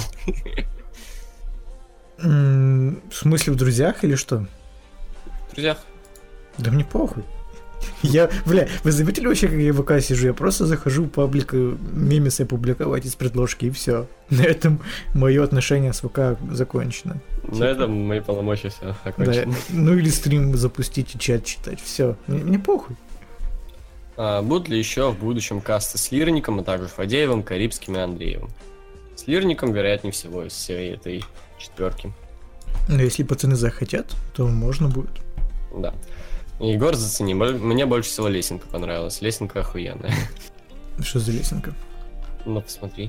В смысле, в друзьях или что? В друзьях. Да мне похуй. Вы заметили вообще, как я в ВК сижу? Я просто захожу в паблик мемесы опубликовать из предложки, и все. На этом мое отношение с ВК закончено. На этом мои полномочия все окончены. Да. Ну или стрим запустить и чат читать. Все. Мне похуй. Будут ли еще в будущем касты с Лирником, а также Фадеевым, Карибским и Андреевым? С Лирником, вероятнее всего, из всей этой четверки. Но если пацаны захотят, то можно будет. Да. Егор, зацени. Мне больше всего лесенка понравилась. Лесенка охуенная. Что за лесенка? Ну, посмотри.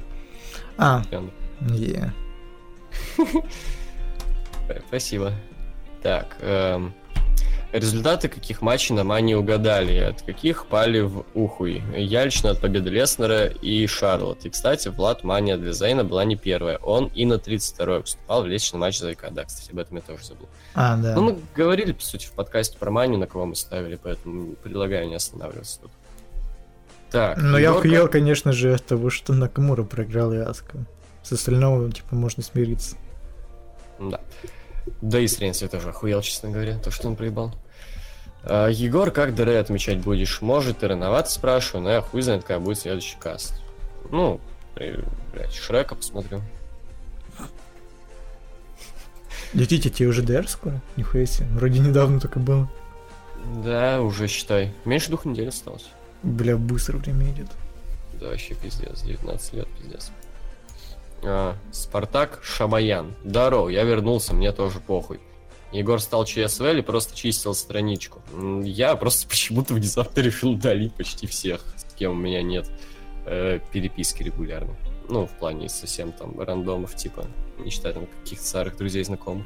Спасибо. Так, результаты каких матчей нам они угадали? От каких пали в ухуй? Я лично от победы Леснера и Шарлотт. И, кстати, Влад Мания для Зейна была не первая. Он и на 32-й выступал в личном матче за ИК. Да, кстати, об этом я тоже забыл. Да. Ну, мы говорили, по сути, в подкасте про Манию, на кого мы ставили, поэтому предлагаю не останавливаться тут. Так. Но я охуел, конечно же, от того, что Накамура проиграл и Аска. С остального, типа, можно смириться. Да. Да и с Рейнс я тоже охуел, честно говоря, то, что он проебал. Егор, как ДР отмечать будешь? Может, и рановато спрашиваю, но я хуй знает, когда будет следующий каст. Ну, блядь, Шрека посмотрю. Детите, тебе уже DR скоро? Нихуя себе. Вроде недавно только было. Да, уже считай. Меньше 2 недель осталось. Бля, быстро время идет. Да, вообще пиздец, 19 лет, пиздец. Спартак Шабаян. Здорово, я вернулся, мне тоже похуй. Егор стал ЧСВ или просто чистил страничку? Я просто почему-то внезапно решил удалить почти всех, с кем у меня нет переписки регулярно. Ну, в плане совсем там рандомов, типа, не считая там каких-то старых друзей, знакомых.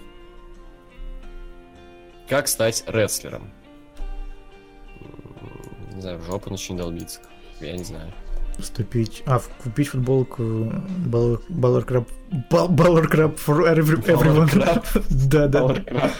Как стать рестлером? Не знаю, в жопу начни долбиться. Я не знаю. Вступить. Купить футболку Balor Crab for everyone. Да.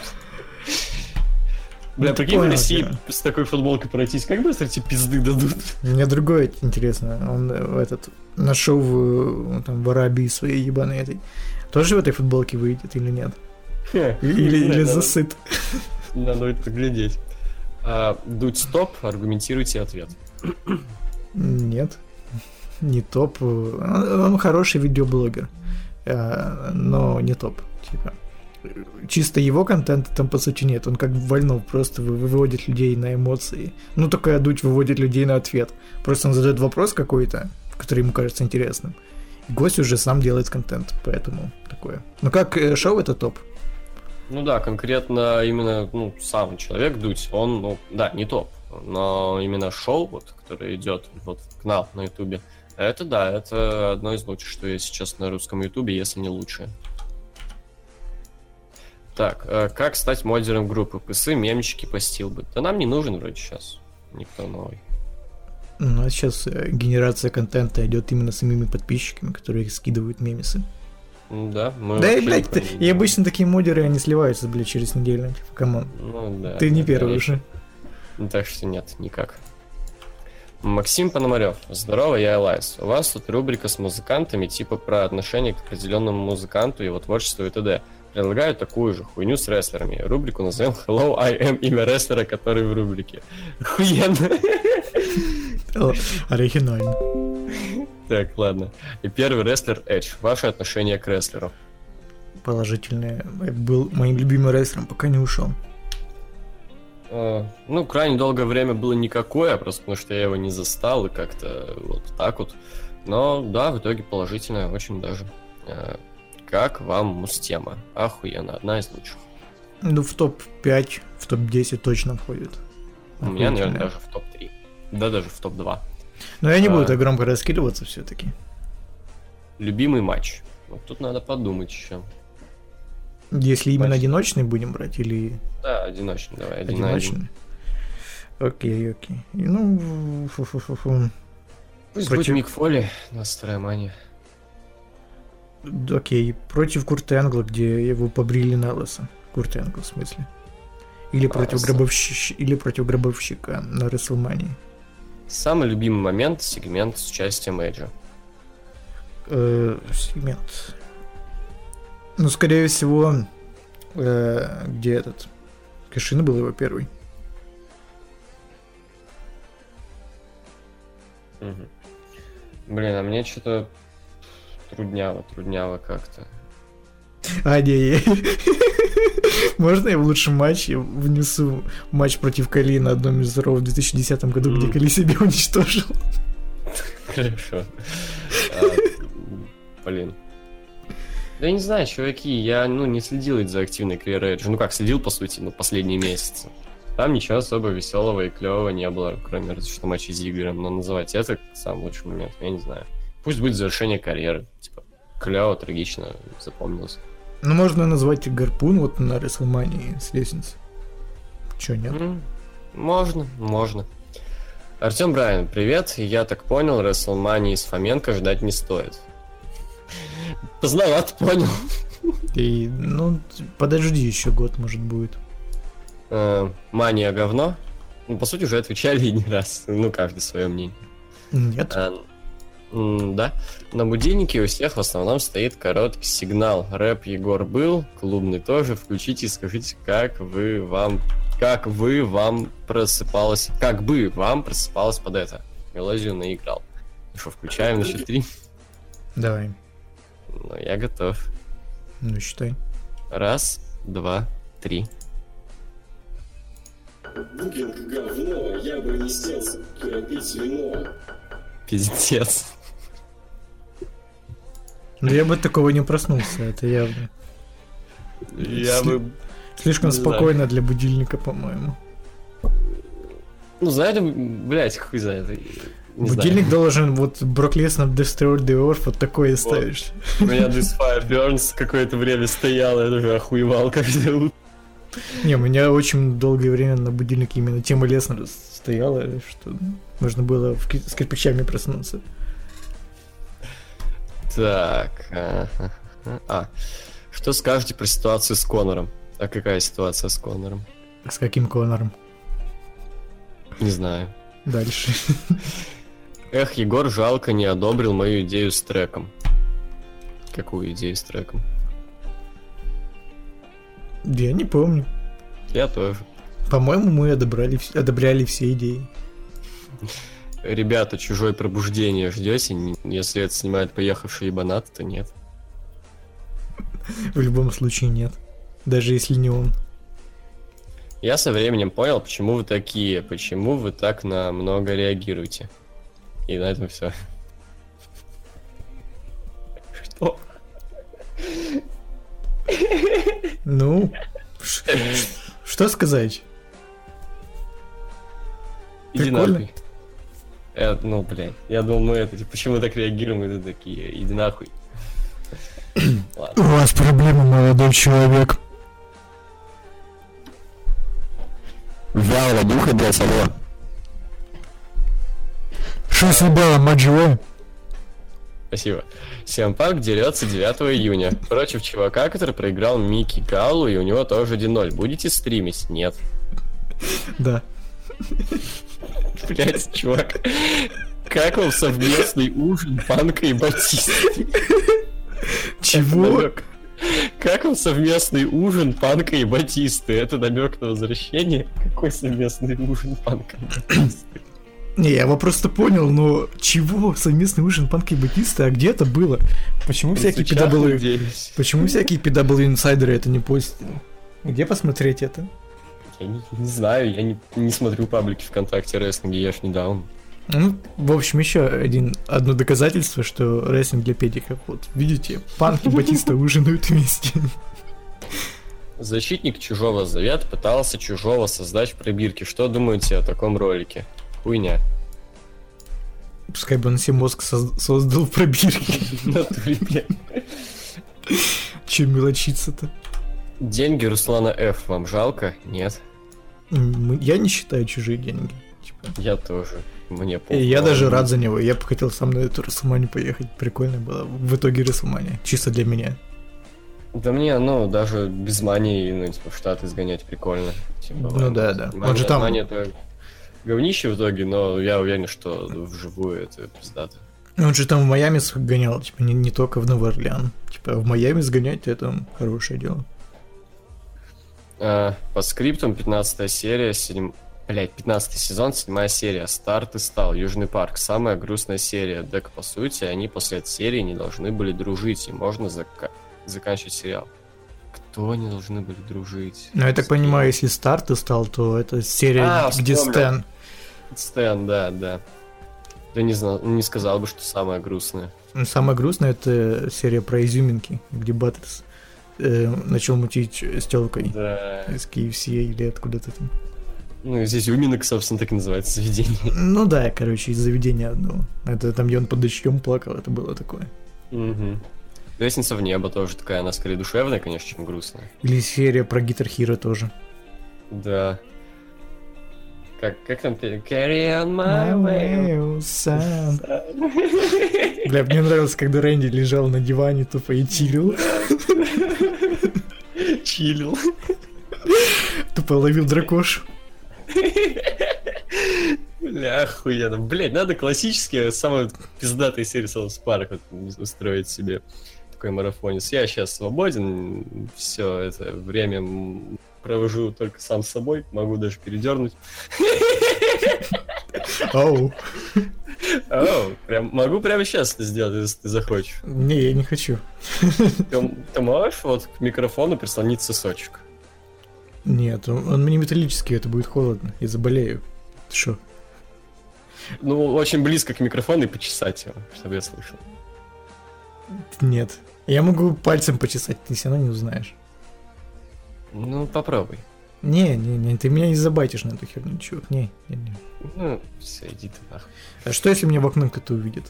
Бля, прикинь, в России с такой футболкой пройтись, как быстро тебе пизды дадут? Мне другое интересно. Он на шоу там в Арабии своей ебаной этой тоже в этой футболке выйдет или нет? Или засыт? Надо это поглядеть. Дудь стоп, аргументируйте ответ. Нет, не топ. Он хороший видеоблогер, но не топ. Типа. Чисто его контента там по сути нет. Он как Вольнов просто выводит людей на эмоции. Ну, только Дудь выводит людей на ответ. Просто он задает вопрос какой-то, который ему кажется интересным. И гость уже сам делает контент, поэтому такое. Ну, как шоу это топ. Ну да, конкретно именно сам человек Дудь, он, не топ. Но именно шоу, вот, которое идет, вот, канал на Ютубе, это одно из лучших, что есть сейчас на русском Ютубе, если не лучшее. Так, как стать модером группы? Пысы, мемчики, постилбы. Да нам не нужен вроде сейчас никто новый. Ну, а сейчас генерация контента идет именно самими подписчиками, которые скидывают мемесы. Да, да и, блядь, и обычно такие модеры, они сливаются, блядь, через неделю. Типа, камон. Ну, да. Ты не первый уже. Так что нет, никак. Максим Пономарев. Здорово, я Элайс. У вас тут рубрика с музыкантами, типа про отношение к определенному музыканту, его творчеству и т.д. Предлагаю такую же хуйню с рестлерами. Рубрику назовем Hello, I am имя рестлера, который в рубрике. Охуенно. Оригинально. Так, ладно. И первый рестлер Edge. Ваше отношение к рестлеру? Положительное. Был моим любимым рестлером, пока не ушел. Крайне долгое время было никакое, просто потому что я его не застал, и как-то вот так вот. Но да, в итоге положительное, очень даже. Как вам Мустема? Охуенно, одна из лучших. Ну, в топ-5, в топ-10 точно входит. У меня, наверное, даже в топ-3. Да, даже в топ-2. Но я не буду так громко раскидываться все-таки. Любимый матч. Вот тут надо подумать еще. Если именно одиночный будем брать или... Да, одиночный, давай. Одиночный. Окей. Ну, Пусть будет Мик Фоли, Настроя Мания. Окей, против Курта Энгла, где его побрили на лысо. Курт Энгл, в смысле. Или против гробовщика на Рестлмании. Самый любимый момент — сегмент с участием Эджа. Сегмент. Ну, скорее всего, где этот... Кашин был его первый. Угу. Блин, а мне что-то трудняво как-то. Не. Можно я в лучшем матче внесу матч против Кали на одном из Ро в 2010 году, где Кали себя уничтожил? Хорошо. Блин. Да я не знаю, чуваки, я не следил за активной карьерой Эджа. Ну как, следил, по сути, последние месяцы. Там ничего особо веселого и клевого не было, кроме разве что матчей с Зиглером. Но называть это самый лучший момент, я не знаю. Пусть будет завершение карьеры. Типа, клево, трагично, запомнилось. Ну, можно назвать гарпун вот на Рестлмании с лестницы. Чё, нет? Можно. Артем Брайан, привет. Я так понял, Рестлмании с Фоменко ждать не стоит. Поздновато понял. И, подожди, еще год, может, будет. Мания говно? По сути, уже отвечали и не раз. Каждый свое мнение. Нет. Да. На будильнике у всех в основном стоит короткий сигнал. Рэп Егор был, клубный тоже. Включите и скажите, как бы вам просыпалось под это. Мелодию наиграл. Что, включаем на счет 3? Давай. Я готов. Считай. 1, 2, 3. Букинг говно, я бы не сел пить вино. Пиздец. Но я бы от такого не проснулся, это явно. Я бы... Слишком не спокойно для будильника, по-моему. Ну, за это, блядь, хуй за это. Не Будильник знаю. должен, вот, Брок Леснер Destroy the Earth, вот такое ставишь. У меня This Fire Burns какое-то время стояло, я тоже охуевал каждое утро. Не, у меня очень долгое время на будильнике именно тема Леснера стояла, что можно было с кирпичами проснуться. Так. Что скажете про ситуацию с Конором? А какая ситуация с Конором? С каким Конором? Не знаю. Дальше. Эх, Егор жалко не одобрил мою идею с треком. Какую идею с треком? Я не помню. Я тоже. По-моему, мы одобряли все идеи. Ребята, чужое пробуждение ждете? Если это снимает поехавший ебанат, то нет. В любом случае нет. Даже если не он. Я со временем понял, почему вы такие, почему вы так на много реагируете. И на этом все. Что? Ну, что сказать? Иди Прикольно. нахуй. Ну, блядь. Я думал, мы это, почему мы так реагируем, это такие, иди нахуй. У Ладно. вас проблемы, молодой человек. Вяло, духа, блядь, алло. Что съебало, мать живая? Спасибо. CM Punk дерется 9 июня против чувака, который проиграл Микки Галлу, и у него тоже 1-0. Будете стримить? Нет. Да. Блять, чувак. Как вам совместный ужин Панка и Батисты? Чего? Как вам совместный ужин Панка и Батисты? Это намек на возвращение? Какой совместный ужин Панка и Батисты? Не, я его просто понял, но чего? Совместный ужин Панка и Батиста? А где это было? Почему всякие PW... Почему всякие PW инсайдеры это не постили? Где посмотреть это? Я не знаю, я не смотрю паблики ВКонтакте рестлинга, я ж не даун. Ну, в общем, еще одно доказательство, что рестлинг для педиков. Вот, видите, Панк и Батиста ужинают вместе. Защитник Чужого Завета пытался Чужого создать в пробирке. Что думаете о таком ролике? Хуйня. Пускай бы он себе мозг создал в пробирке. В натуре, блядь. Че мелочиться-то? Деньги Руслана Ф. Вам жалко? Нет. Я не считаю чужие деньги. Типа. Я тоже. Мне И похуй. я даже рад за него. Я бы хотел сам на эту Расселманию поехать. Прикольно было. В итоге Расселмания. Чисто для меня. Да мне, даже без мании, типа, в Штаты сгонять прикольно. Типа, Ну да. Он же там... Мания это говнище в итоге, но я уверен, что вживую это пиздато. Он же там в Майами сгонял, типа, не только в Новый Орлеан. Типа, в Майами сгонять это хорошее дело. По скриптам 15 серия, 15 сезон, 7 серия. Старт и стал. Южный парк. Самая грустная серия. Так, по сути, они после этой серии не должны были дружить, и можно заканчивать сериал. Кто они должны были дружить? Ну, я так понимаю, если старт и стал, то это серия, где вспомнил. Стэн. Стэн, да. Я не знал, не сказал бы, что самое грустное. Самое грустное это серия про изюминки, где Баттерс начал мутить с телкой Да. из KFC или откуда-то там. Ну, здесь Уминок, собственно, так и называется заведение. Ну да, короче, из заведения одного. Это там, где он под дождем плакал, это было такое. Угу. Лестница в небо тоже такая, она скорее душевная, конечно, чем грустная. Или серия про Guitar Hero тоже. Да. Как там ты? Carry on my way. Son. Бля, мне нравилось, когда Рэнди лежал на диване, тупо и чилил. Чилил. Тупо ловил дракошу. Бля, охуенно. Блять, надо классические, самые пиздатые серии Саус Парк устроить себе. Такой марафонец. Я сейчас свободен, все это время провожу только сам с собой, могу даже передернуть. Оу. Могу прямо сейчас это сделать, если ты захочешь. Не, я не хочу. Ты можешь вот к микрофону прислонить сосочек? Нет, он мне металлический, это будет холодно. Я заболею. Ты шо? Ну, очень близко к микрофону и почесать его, чтобы я слышал. Нет. Я могу пальцем почесать, ты все равно не узнаешь. Ну, попробуй. Не, ты меня не забайтишь на эту херню, чувак. Не. Ну, все, иди ты нахуй. А что, если меня в окно кто-то увидит?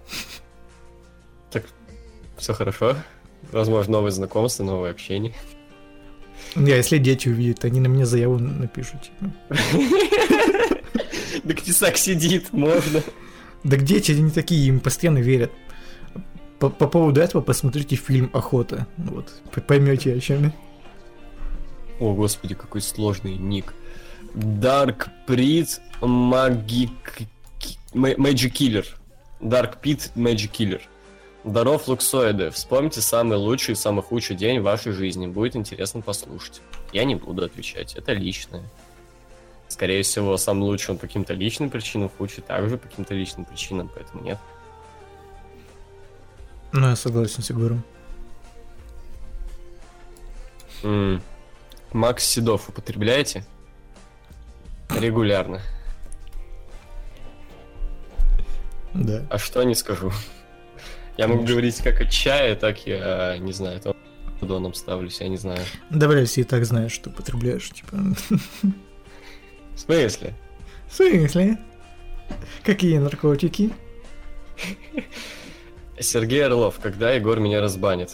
Так, все хорошо. Возможно, новые знакомства, новое общение. Если дети увидят, они на меня заяву напишут, типа. Так тесак сидит, можно. Так дети, они такие, им постоянно верят. По поводу этого посмотрите фильм «Охота». Вот, поймете, о чем я. О, господи, какой сложный ник. Dark Pit Magic Killer. Dark Pit Magic Killer. Здоров, луксоиды. Вспомните самый лучший и самый худший день в вашей жизни. Будет интересно послушать. Я не буду отвечать, это личное. Скорее всего, самый лучший он по каким-то личным причинам, худший также по каким-то личным причинам, поэтому нет. Ну, я согласен с Егором. Макс Седов употребляете? Регулярно. Да. А что не скажу. Я могу говорить как о чае, так и, не знаю, то доном ставлюсь, я не знаю. Да, блядь, все и так знают, что употребляешь, типа. В смысле? В смысле? Какие наркотики? Сергей Орлов, когда Егор меня разбанит?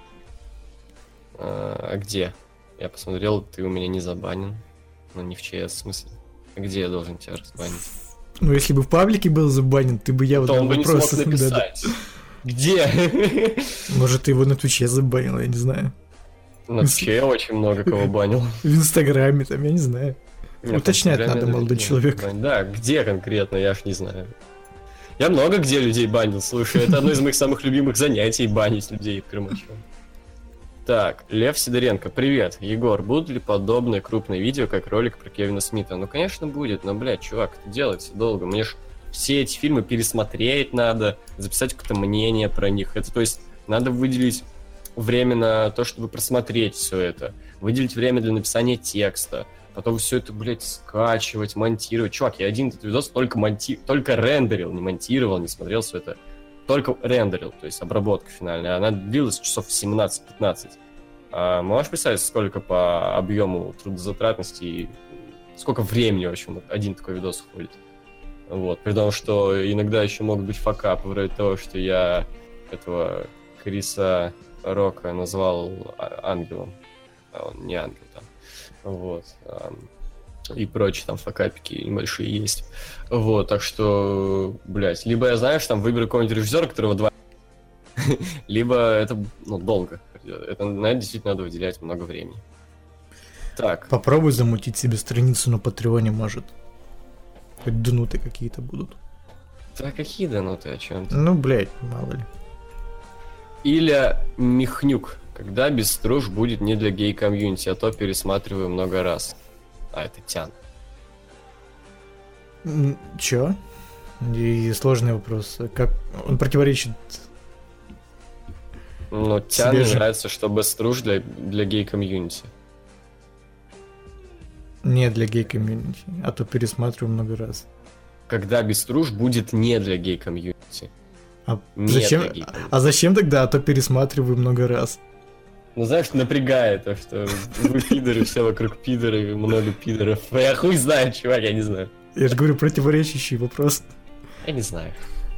А где? Я посмотрел, ты у меня не забанен. Ну, не в ЧС, в смысле. А где я должен тебя разбанить? Ну, если бы в паблике был забанен, ты бы явно... То он бы не смог написать. Где? Может, ты его на Твиче забанил, я не знаю. На Твиче я очень много кого банил. В Инстаграме, там, я не знаю. Уточнять надо, молодой человек. Да, где конкретно, я ж не знаю. Я много где людей банил, слушай, это одно из моих самых любимых занятий, банить людей, прямо чё. Так, Лев Сидоренко, привет. Егор, будут ли подобные крупные видео, как ролик про Кевина Смита? Ну, конечно, будет, но, блядь, чувак, это делается долго. Мне ж все эти фильмы пересмотреть надо, записать какое-то мнение про них. Это, то есть, надо выделить время на то, чтобы просмотреть все это. Выделить время для написания текста. Потом все это, блядь, скачивать, монтировать. Чувак, я один этот видос только рендерил, не монтировал, не смотрел все это. Только рендерил, то есть обработка финальная. Она длилась часов 17-15. А можешь представить, сколько по объему трудозатратности и сколько времени, в общем, один такой видос уходит? Вот, при том, что иногда еще могут быть факапы, вроде того, что я этого Криса Рока назвал ангелом. А он не ангел там. Вот. И прочие там факапики небольшие есть. Вот, так что, блядь, либо я, знаешь, там выберу какого-нибудь режиссера, которого 2... либо это, долго. Это, на это действительно надо выделять много времени. Так. Попробуй замутить себе страницу на Патреоне, может. Хоть донуты какие-то будут. Да какие донуты, о чем ты? Ну, блядь, мало ли. Илья Михнюк. Когда Беструж будет не для гей-комьюнити, а то пересматриваю много раз. А, это Тян. Чё? И сложный вопрос. Как он противоречит... Ну, Тян мне нравится, что Беструж для гей-комьюнити. Не для гей-комьюнити, а то пересматриваю много раз. Когда Беструж будет не для гей-комьюнити. Зачем тогда, а то пересматриваю много раз? Ну, знаешь, напрягает то, что вы пидоры, все вокруг пидоры, много пидоров. Я хуй знаю, чувак, я не знаю. Я же говорю, противоречащий вопрос. Я не знаю.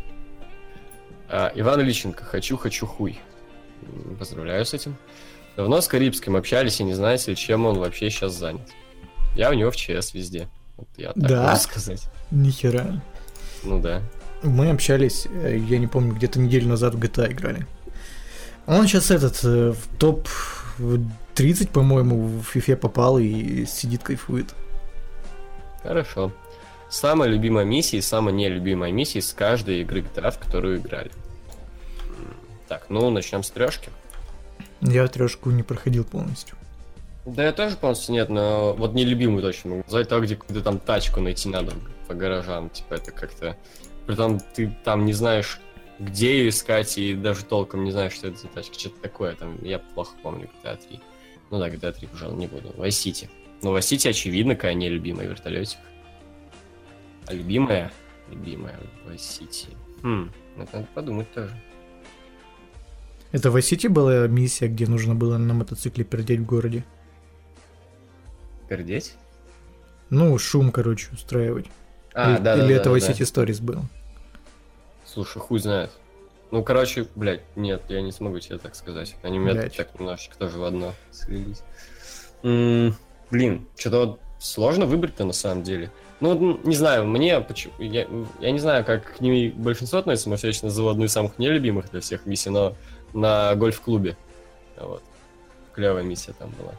Иван Ильиченко, хочу хуй. Поздравляю с этим. Давно с Карибским общались, и не знаете, чем он вообще сейчас занят. Я у него в ЧС везде. Вот я так могу сказать. Нихера. Ну да. Мы общались, я не помню, где-то неделю назад в GTA играли. Он сейчас в топ-30, по-моему, в FIFA попал и сидит, кайфует. Хорошо. Самая любимая миссия и самая нелюбимая миссия с каждой игры GTA, в которую играли. Так, начнем с трешки. Я трешку не проходил полностью. Да я тоже полностью нет, но вот нелюбимую точно могу назвать. То, где там тачку найти надо по гаражам. Типа это как-то Притом ты там не знаешь, где ее искать, и даже толком не знаешь, что это за тачка. Что-то такое там, я плохо помню GTA 3. Ну да, GTA 3, пожалуй, не буду. Vice City. Ну, Vice City, очевидно, какая нелюбимая вертолетик. А любимая? Любимая Vice City. Это надо подумать тоже. Это в Vice City была миссия, где нужно было на мотоцикле пердеть в городе? Пердеть? Ну, шум, короче, устраивать. Да, Или это да, Vice City Stories был? Слушай, хуй знает. Ну, короче, блядь, нет, я не смогу тебе так сказать. Они у меня Блядь. так немножечко тоже в одно слились. Блин, что-то вот сложно выбрать-то на самом деле. Ну, не знаю, мне почему. Я не знаю, как к ним большинство относится, может, я сейчас назову одну из самых нелюбимых для всех миссий, но на гольф-клубе. Вот. Клевая миссия там была.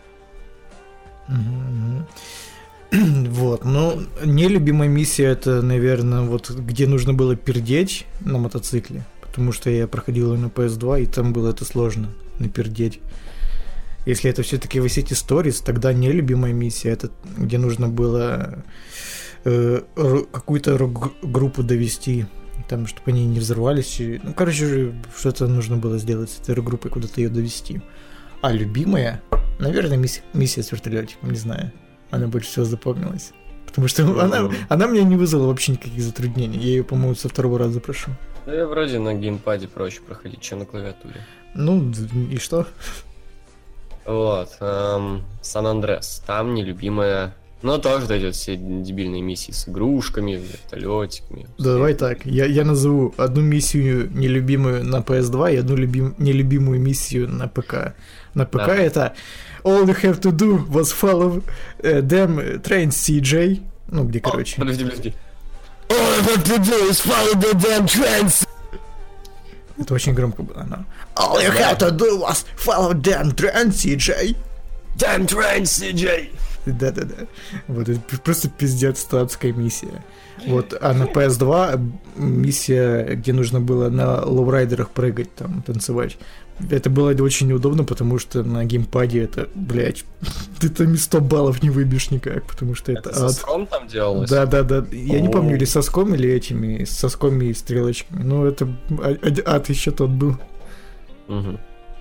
Вот, ну, нелюбимая миссия это, наверное, вот где нужно было пердеть на мотоцикле, потому что я проходил ее на PS2, и там было это сложно, напердеть. Если это все-таки Vice City Stories, тогда нелюбимая миссия это где нужно было какую-то группу довести, там, чтобы они не взорвались. Ну, короче, что-то нужно было сделать с этой группой, куда-то ее довести. А любимая, наверное, миссия с вертолетиком, не знаю. Она больше всего запомнилась. Потому что она мне не вызвала вообще никаких затруднений. Я ее, по-моему, со второго раза прошу. Да я вроде на геймпаде проще проходить, чем на клавиатуре. Ну, и что? Вот. Сан-Андреас. Там нелюбимая... Ну, тоже дойдет все дебильные миссии с игрушками, вертолетиками. Давай так. Я назову одну миссию нелюбимую на PS2 и одну нелюбимую миссию на ПК. На ПК это All you have to do was follow them train CJ. Ну, где, короче. Подожди. All you have to do is follow the damn trains. Это очень громко было. All you have to do was follow them train CJ. Damn train CJ. Да-да-да. Вот это просто пиздец статская миссия. Вот, а на PS2 миссия, где нужно было на лоурайдерах прыгать, там, танцевать. Это было очень неудобно, потому что на геймпаде это, блядь, ты там и 100 баллов не выбьешь никак, потому что это ад. Соском там делалось? Да. Я не помню, или соском, или этими, соском и стрелочками. Ну, это ад еще тот был. Угу.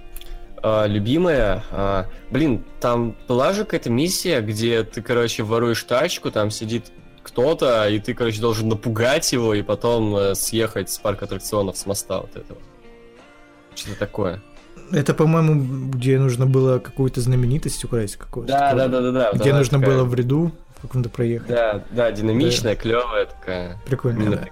Любимая, блин, там была же какая-то миссия, где ты, короче, воруешь тачку, там сидит кто-то, и ты, короче, должен напугать его и потом съехать с парка аттракционов с моста вот этого. Что-то такое. Это, по-моему, где нужно было какую-то знаменитость украсть какую-то. Да. Где вот нужно такая... было в ряду в каком-то проехать. Да, динамичная, клевая такая. Прикольная, да.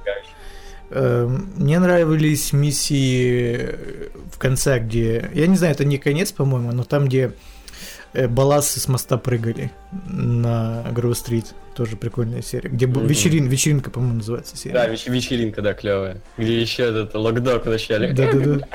Мне нравились миссии в конце, где... Я не знаю, это не конец, по-моему, но там, где балласы с моста прыгали на Гроу-стрит. Тоже прикольная серия. Где вечеринка, по-моему, называется серия. Да, вечеринка, да, клевая. Где еще этот локдог вначале. Да.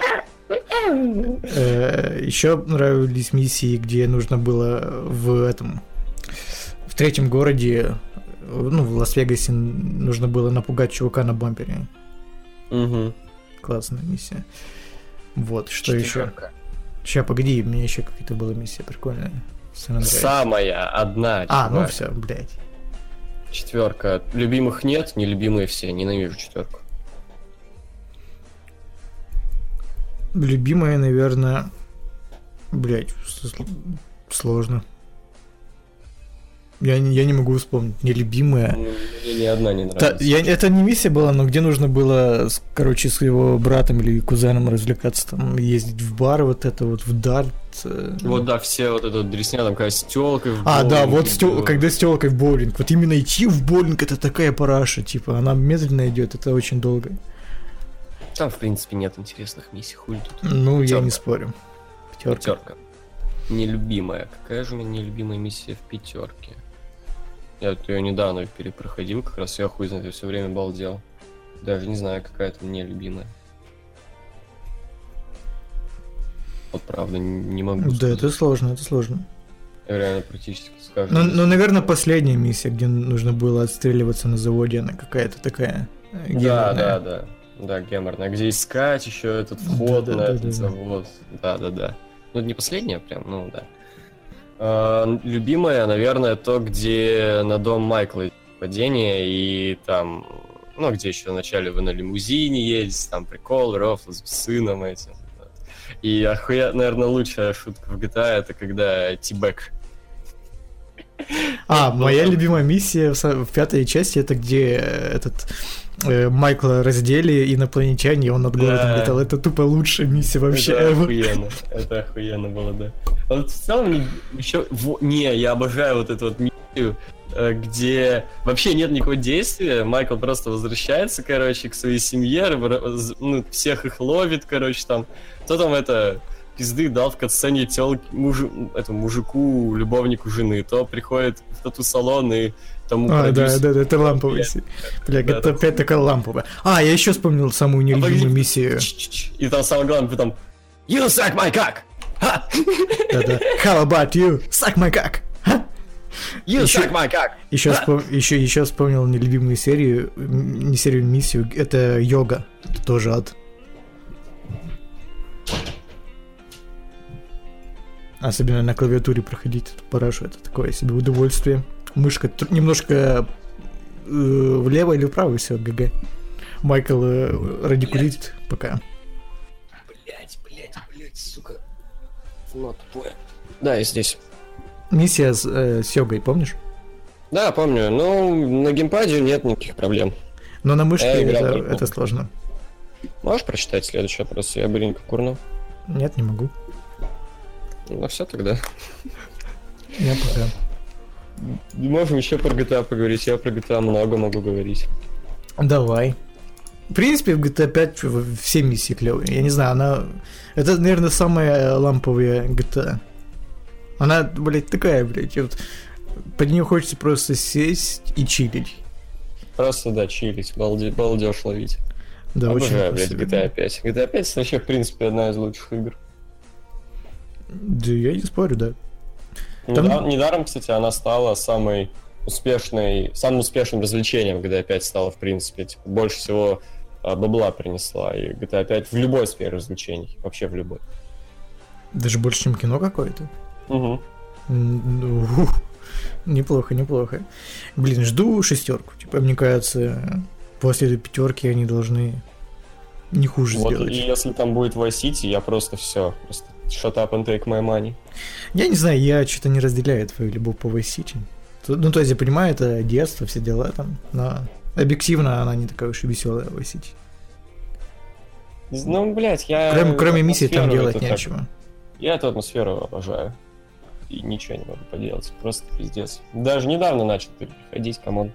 Еще нравились миссии, где нужно было в третьем городе, ну, в Лас-Вегасе, нужно было напугать чувака на бампере. Угу. Классная миссия. Вот, что еще? Сейчас, погоди, у меня еще какая-то была миссия прикольная. Самая одна. Ну все, блядь. 4. Любимых нет, нелюбимые все. Ненавижу 4. Любимая, наверное... Блядь, сложно. Я не могу вспомнить. Нелюбимая. Мне ни одна не нравится. Это не миссия была, но где нужно было, короче, с его братом или кузеном развлекаться, там, ездить в бар, вот это вот, в дарт. Вот да, все вот эта дресня, там, когда с тёлкой в боулинг. Да, вот когда с тёлкой в боулинг. Вот именно идти в боулинг, это такая параша, типа, она медленно идет, это очень долго. Там, в принципе, нет интересных миссий, хуй тут. Ну, Пятерка. Я не спорю. 5. Нелюбимая. Какая же у меня нелюбимая миссия в 5? Я вот ее недавно перепроходил, как раз я хуй знает, я все время балдел. Даже не знаю, какая там нелюбимая. Вот правда, не могу сказать. Да, это сложно. Я реально практически скажу. Ну, наверное, последняя миссия, где нужно было отстреливаться на заводе, она какая-то такая геморная. Да, геморная. Где искать еще этот вход на этот завод. Да. Ну, это не последняя прям, ну да. Любимая, наверное, то, где на дом Майкла падение, и там Ну, где еще вначале вы на лимузине едете, там прикол, рофл с сыном этим. И наверное, лучшая шутка в GTA это когда Тибэк. Моя любимая миссия в 5 части, это где Майкла раздели инопланетяне, и он над городом летал. Это тупо лучшая миссия вообще. Это охуенно было, да. Вот в целом еще... я обожаю вот эту вот миссию, где вообще нет никакого действия, Майкл просто возвращается, короче, к своей семье, всех их ловит, короче, там. Кто там пизды дал в катсцене этому мужику, любовнику жены, то приходит в тату-салон и тому продюсеру. Да, это ламповая. Бля, это опять такая ламповая. Я еще вспомнил самую нелюбимую миссию. И там самое главное, там You suck my cock! Да. How about you? Suck my cock! You suck my cock! Еще вспомнил нелюбимую серию, не серию, миссию, это йога. Это тоже ад. Особенно на клавиатуре проходить эту парашу, это такое себе удовольствие. Мышка немножко влево или вправо, все, ГГ. Майкл радикулит пока. Блять, сука. Да, я здесь. Миссия с йогой, помнишь? Да, помню. Ну, на геймпаде нет никаких проблем. Но на мышке это сложно. Можешь прочитать следующий вопрос? Я быренько курну. Нет, не могу. Ну все тогда. Я пока. Можем еще про GTA поговорить. Я про GTA много могу говорить. Давай. В принципе, в GTA 5 все миссии клевые. Я не знаю, это, наверное, самая ламповая GTA. Она, блядь, такая, блядь. Вот под нее хочется просто сесть и чилить. Просто, да, чилить, балдеж ловить. Да, обожаю, очень блядь, GTA 5. GTA 5 это вообще, в принципе, одна из лучших игр. Да, я не спорю, да. Недаром, кстати, она стала самым успешным развлечением. GTA 5 стала, в принципе, больше всего бабла принесла. И GTA 5 в любой сфере развлечений. Вообще в любой. Даже больше, чем кино какое-то? Угу. Неплохо. Блин, жду 6. Типа, мне кажется, после этой 5 они должны не хуже сделать. И если там будет Vice City, я просто все. Просто shut up and take my money. Я не знаю, я что-то не разделяю твою любовь по Vice City. Ну, то есть я понимаю, это детство, все дела там, но объективно она не такая уж и веселая Vice City. Ну, блядь, Кроме миссии там делать нечего. Я эту атмосферу обожаю. И ничего не могу поделать. Просто пиздец. Даже недавно начал переходить, камон.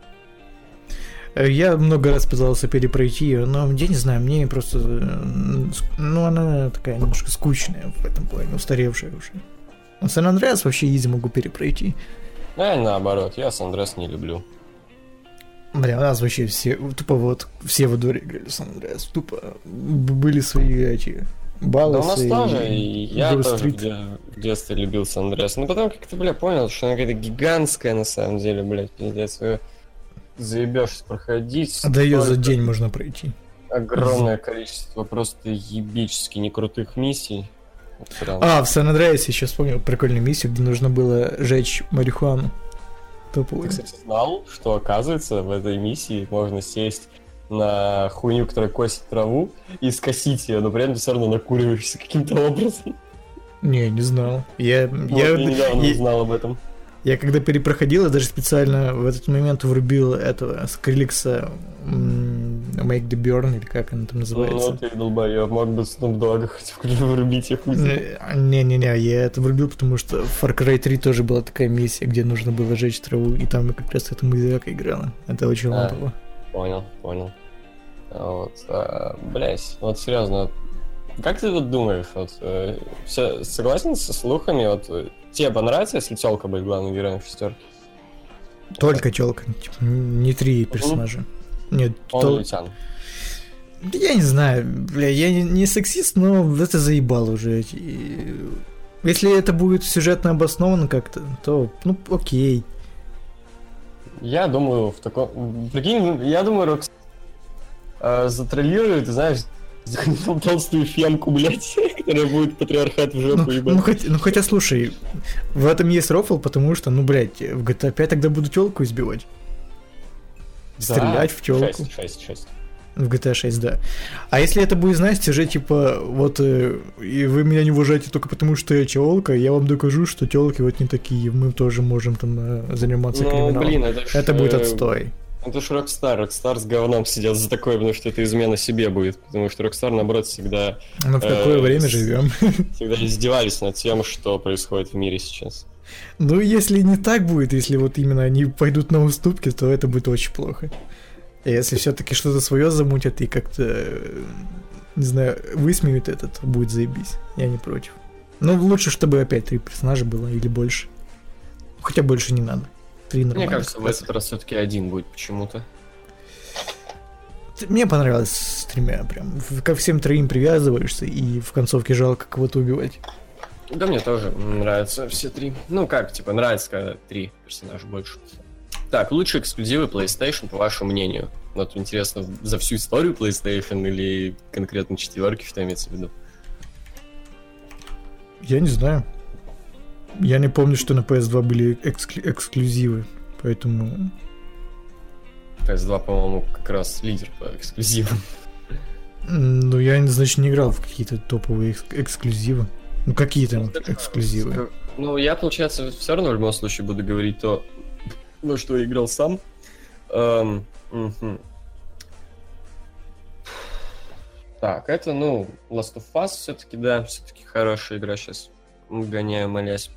Я много раз пытался перепройти ее, но я не знаю, мне просто... Ну, она такая немножко скучная в этом плане, устаревшая уже. Сан-Андреас вообще изи могу перепройти. Наоборот, я Сан-Андреас не люблю. Бля, у нас вообще все во дворе играли в Сан-Андреас. Тупо были свои эти... Да у нас тоже, и я тоже в детстве любил Сан-Андреас. Но потом как-то, понял, что она какая-то гигантская на самом деле, блядь, пиздец. Заебешься проходить. Да ее за день можно пройти. Огромное количество просто ебически некрутых миссий. В Сан-Андреасе еще вспомнил прикольную миссию, где нужно было жечь марихуану. Топовую. Ты, кстати, знал, что, оказывается, в этой миссии можно сесть на хуйню, которая косит траву, и скосить ее, но при этом ты все равно накуриваешься каким-то образом. Не знал. Я недавно узнал об этом. Я когда перепроходил, я даже специально в этот момент врубил этого Скриликса Make the Burn, или как она там называется. Ну ты долбоёб, мог бы Snoop Dogg хоть врубить их. Не-не-не, я это врубил, потому что в Far Cry 3 тоже была такая миссия, где нужно было жечь траву, и там как раз эта музыка играла. Это очень лампово. Понял. Блять, вот серьезно, как ты вот думаешь, все согласен со слухами, тебе понравится, если тёлка будет главным героем в 6? Только тёлка, типа, не 3 персонажа. Нет, Лютян. Я не знаю, бля, я не сексист, но это заебало уже. Если это будет сюжетно обосновано как-то, то, окей. Я думаю, Прикинь, я думаю, Рокс затроллирует, знаешь, толстую фемку, блядь, которая будет патриархат в жопу ебать. Хотя, слушай, в этом есть рофл, потому что, блядь, в GTA 5 тогда буду тёлку избивать. стрелять в телку. 6. В GTA 6, да. А если это будет, знаете, уже типа, вот, и вы меня не уважаете только потому, что я телка, я вам докажу, что телки вот не такие, мы тоже можем там заниматься криминалом. Блин, это будет отстой. Это ж Rockstar с говном сидят за такое, потому что это измена себе будет, потому что Rockstar, наоборот, всегда... Мы в такое время живем. Всегда издевались над тем, что происходит в мире сейчас. Ну, если не так будет, если вот именно они пойдут на уступки, то это будет очень плохо. Если все-таки что-то свое замутят и как-то, не знаю, высмеют это, то будет заебись. Я не против. Но лучше, чтобы опять 3 персонажа было или больше. Хотя больше не надо. 3 нормально. Мне кажется, в этот раз все-таки 1 будет почему-то. Мне понравилось с 3, прям. Ко всем 3 привязываешься, и в концовке жалко кого-то убивать. Да, мне тоже нравятся все 3. Ну как, типа, нравится, когда 3 персонажа больше. Так, лучшие эксклюзивы PlayStation, по вашему мнению? Вот интересно, за всю историю PlayStation или конкретно 4, что имеется в виду? Я не знаю. Я не помню, что на PS2 были эксклюзивы, поэтому... PS2, по-моему, как раз лидер по эксклюзивам. Ну, я, значит, не играл в какие-то топовые эксклюзивы. Ну, какие там эксклюзивы? Ну, я, получается, все равно в любом случае буду говорить то, во что я играл сам. Так, это, ну, Last of Us все-таки, да, все-таки хорошая игра сейчас. Гоняю, молясь.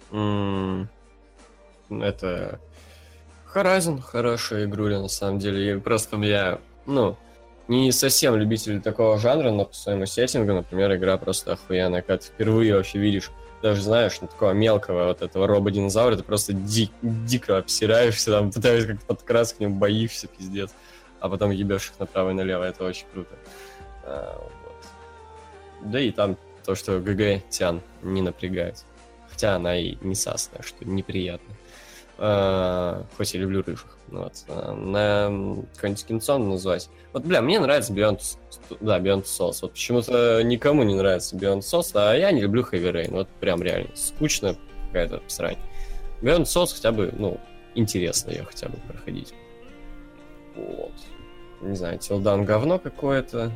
Это Horizon, хорошая игруля, на самом деле. И просто я, ну, не совсем любитель такого жанра, но по своему сеттингу, например, игра просто охуенная. Когда ты впервые вообще видишь, даже знаешь, ну, такого мелкого вот этого робо-динозавра, ты просто дико обсираешься, там, пытаешься как-то подкрасться к нему, боишься, пиздец. А потом ебешь их направо и налево, это очень круто. Вот. Да и там то, что ГГ Тян не напрягает. Хотя она и не сасная, что неприятно. Хоть я люблю рыжих. Вот. На какой-нибудь кинцон назвать. Вот, бля, мне нравится Beyond Souls. Вот почему-то никому не нравится Beyond Souls, а я не люблю Heavy Rain. Вот прям реально скучно какая-то срань. Beyond Souls хотя бы, ну, интересно ее хотя бы проходить. Вот. Не знаю, Till Dawn говно какое-то.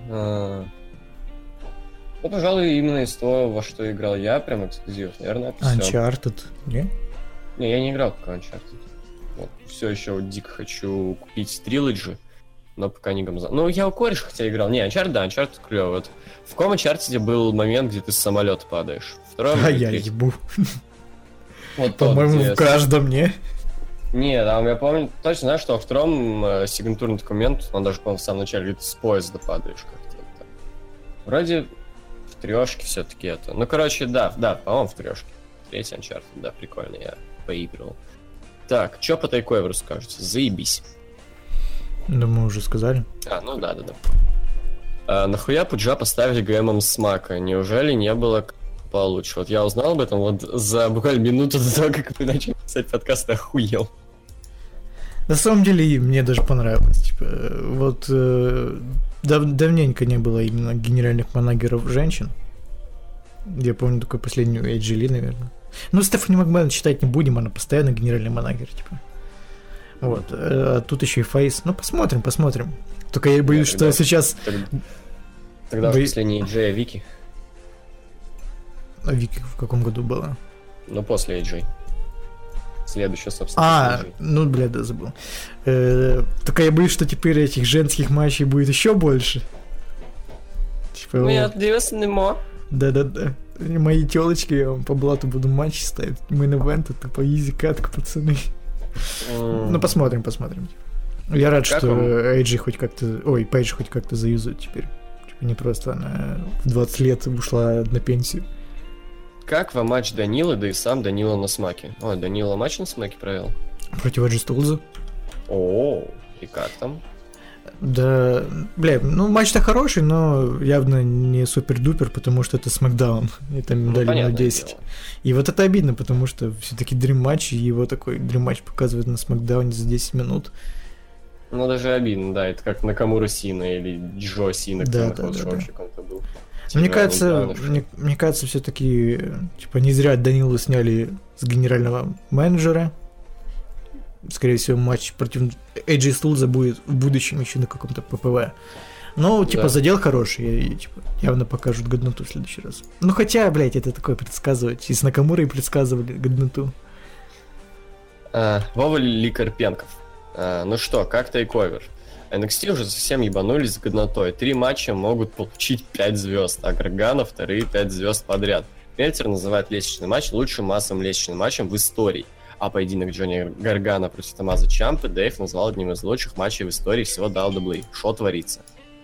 Ну, пожалуй, именно из того, во что играл я, прям эксклюзив, наверное, это всё. Uncharted, не? Не, я не играл пока Uncharted. Вот. Все еще вот дико хочу купить Trilogy, но пока не гамза. Ну, я у кореша хотя играл. Не, Uncharted, да, Uncharted клёво. Вот. В каком Uncharted был момент, где ты с самолета падаешь? Второй? А я ебу. Вот по-моему, в каждом, не? Не, там я помню, точно знаю, что во втором сигнатурный документ, он даже, по-моему, в самом начале, где ты с поезда падаешь как-то. Вот. Вроде в 3 все-таки это. Ну, короче, да, по-моему, в 3. 3-й Uncharted, да, прикольно, я поигрывал. Так, что по тайковеру скажете? Заебись. Да мы уже сказали. Ну да. Нахуя Пуджа поставили ГМом Смака? Неужели не было получше? Вот я узнал об этом вот за буквально минуту до того, как вы начали писать подкаст, охуел. На самом деле, мне даже понравилось. Типа, вот давненько не было именно генеральных манагеров женщин. Я помню только последнюю Эйджи Ли, наверное. Ну, Стефани Макмен считать не будем, она постоянно генеральный манагер, типа. Вот. А тут еще и Фейс. Ну, посмотрим. Только я боюсь, что сейчас... Тогда уже последняя Эйджи, Вики. А Вики в каком году была? Ну, после Эйджи. Следующая, собственно. Ну, бля, да, забыл. Только я боюсь, что теперь этих женских матчей будет еще больше. Типа, нема. Да. Мои телочки, я вам по блату буду матчи ставить. Мейн-эвент, это по изи катка, пацаны. Ну, посмотрим. Я рад, что Эйджи хоть как-то... Ой, Пейдж хоть как-то заюзают теперь. Типа не просто она в 20 лет ушла на пенсию. Как вам матч Данилы, да и сам Данила на смаке? Ой, Данила матч на смаке провел? Против Эджи Стулза. О, и как там? Да, бля, ну матч-то хороший, но явно не супер-дупер, потому что это Смакдаун, и там дали ему 10. Дело. И вот это обидно, потому что все-таки дрим-матч, и его такой дрим-матч показывают на Смакдауне за 10 минут. Ну даже обидно, да, это как Накамура Сина или Джо Сина, кто вообще кому-то был. Мне кажется, все-таки типа не зря Данилу сняли с генерального менеджера. скорее всего, матч против AJ Styles будет в будущем еще на каком-то ППВ. Ну, типа, Да. задел хороший, и, типа, явно покажут годноту в следующий раз. Ну, хотя, блядь, это такое предсказывать. И с Накамурой предсказывали годноту. Вова Ликарпенков. Ну что, как тейковер? NXT уже совсем ебанулись с годнотой. 3 матча могут получить 5 звезд, а Гаргана вторые 5 звезд подряд. Мельцер называет лестничный матч лучшим массовым лестничным матчем в истории. А поединок Джонни Гаргана против Томазо Чампы Дэйв назвал одним из лучших матчей в истории всего WWE. Шо творится?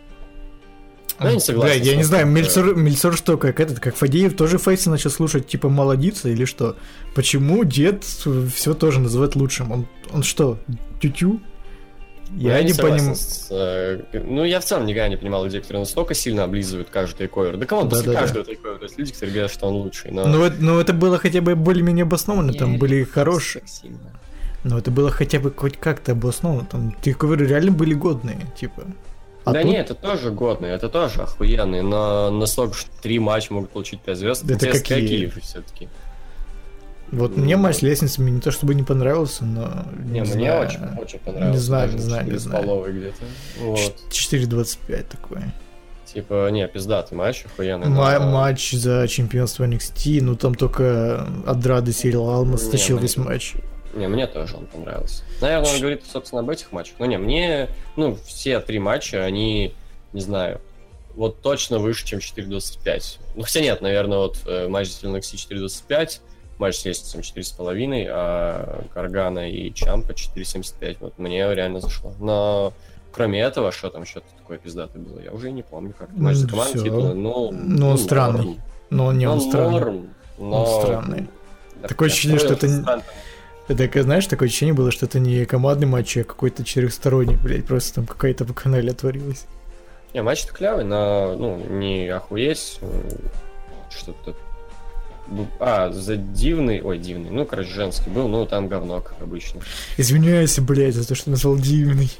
Ну, я не согласен. Блядь, я не с знаю, этим, Мельцер что, как Фадеев тоже Фейса начал слушать, типа, молодится или что? Почему дед все тоже называет лучшим? Он что, тютю? Я не согласен понимаю. Ну, я в целом никогда не понимал людей, которые настолько сильно облизывают каждый тейковер. Да кого после Да-да-да. каждого тейковера есть люди, которые говорят, что он лучший. Но... Ну, это было хотя бы более-менее обосновано, там Не, были так хорошие. сильно. Но это было хотя бы хоть как-то обосновано, там тейковеры реально были годные, типа. А да тут- не, это тоже годный, это тоже охуенный, но настолько, что 3 матча могут получить 5 звезд, Да это интересно, какие? все-таки. Вот мне матч с лестницами не то чтобы не понравился, но... Не, мне знаю. очень понравился. Не знаю, даже не знаю, не знаю. 4,5 где-то. Вот. 4.25 такой. Типа, не, пиздатый матч, охуенный. Матч за чемпионство NXT, ну там только Андрады Сирил Алмас Не, стащил мне- весь матч. Не, мне тоже он понравился. Наверное, он говорит, собственно, об этих матчах. Но не, мне, все 3 матча, они, не знаю, вот точно выше, чем 4.25. Ну, хотя нет, наверное, вот матч за NXT 4.25, матч с лестницем 4,5, а Гаргана и Чампа 4.75. Вот мне реально зашло. Но кроме этого, что там еще такое пиздатое было, я уже и не помню, как. Матч за командный всё. титул, Ну, он странный. норм. Но не он Ну, странный. норм, но... Он странный. Да, Такое ощущение, что это не- странно. Это, знаешь, такое ощущение было, что это не командный матч, а какой-то четырехсторонний, блядь, просто там какая-то по канале отворилась. Не, матч-то клявый, но, не охуеть. Что-то... за дивный... Ой, дивный. Ну, короче, женский был, ну, там говно, как обычно. Извиняюсь, блядь, за то, что назвал дивный.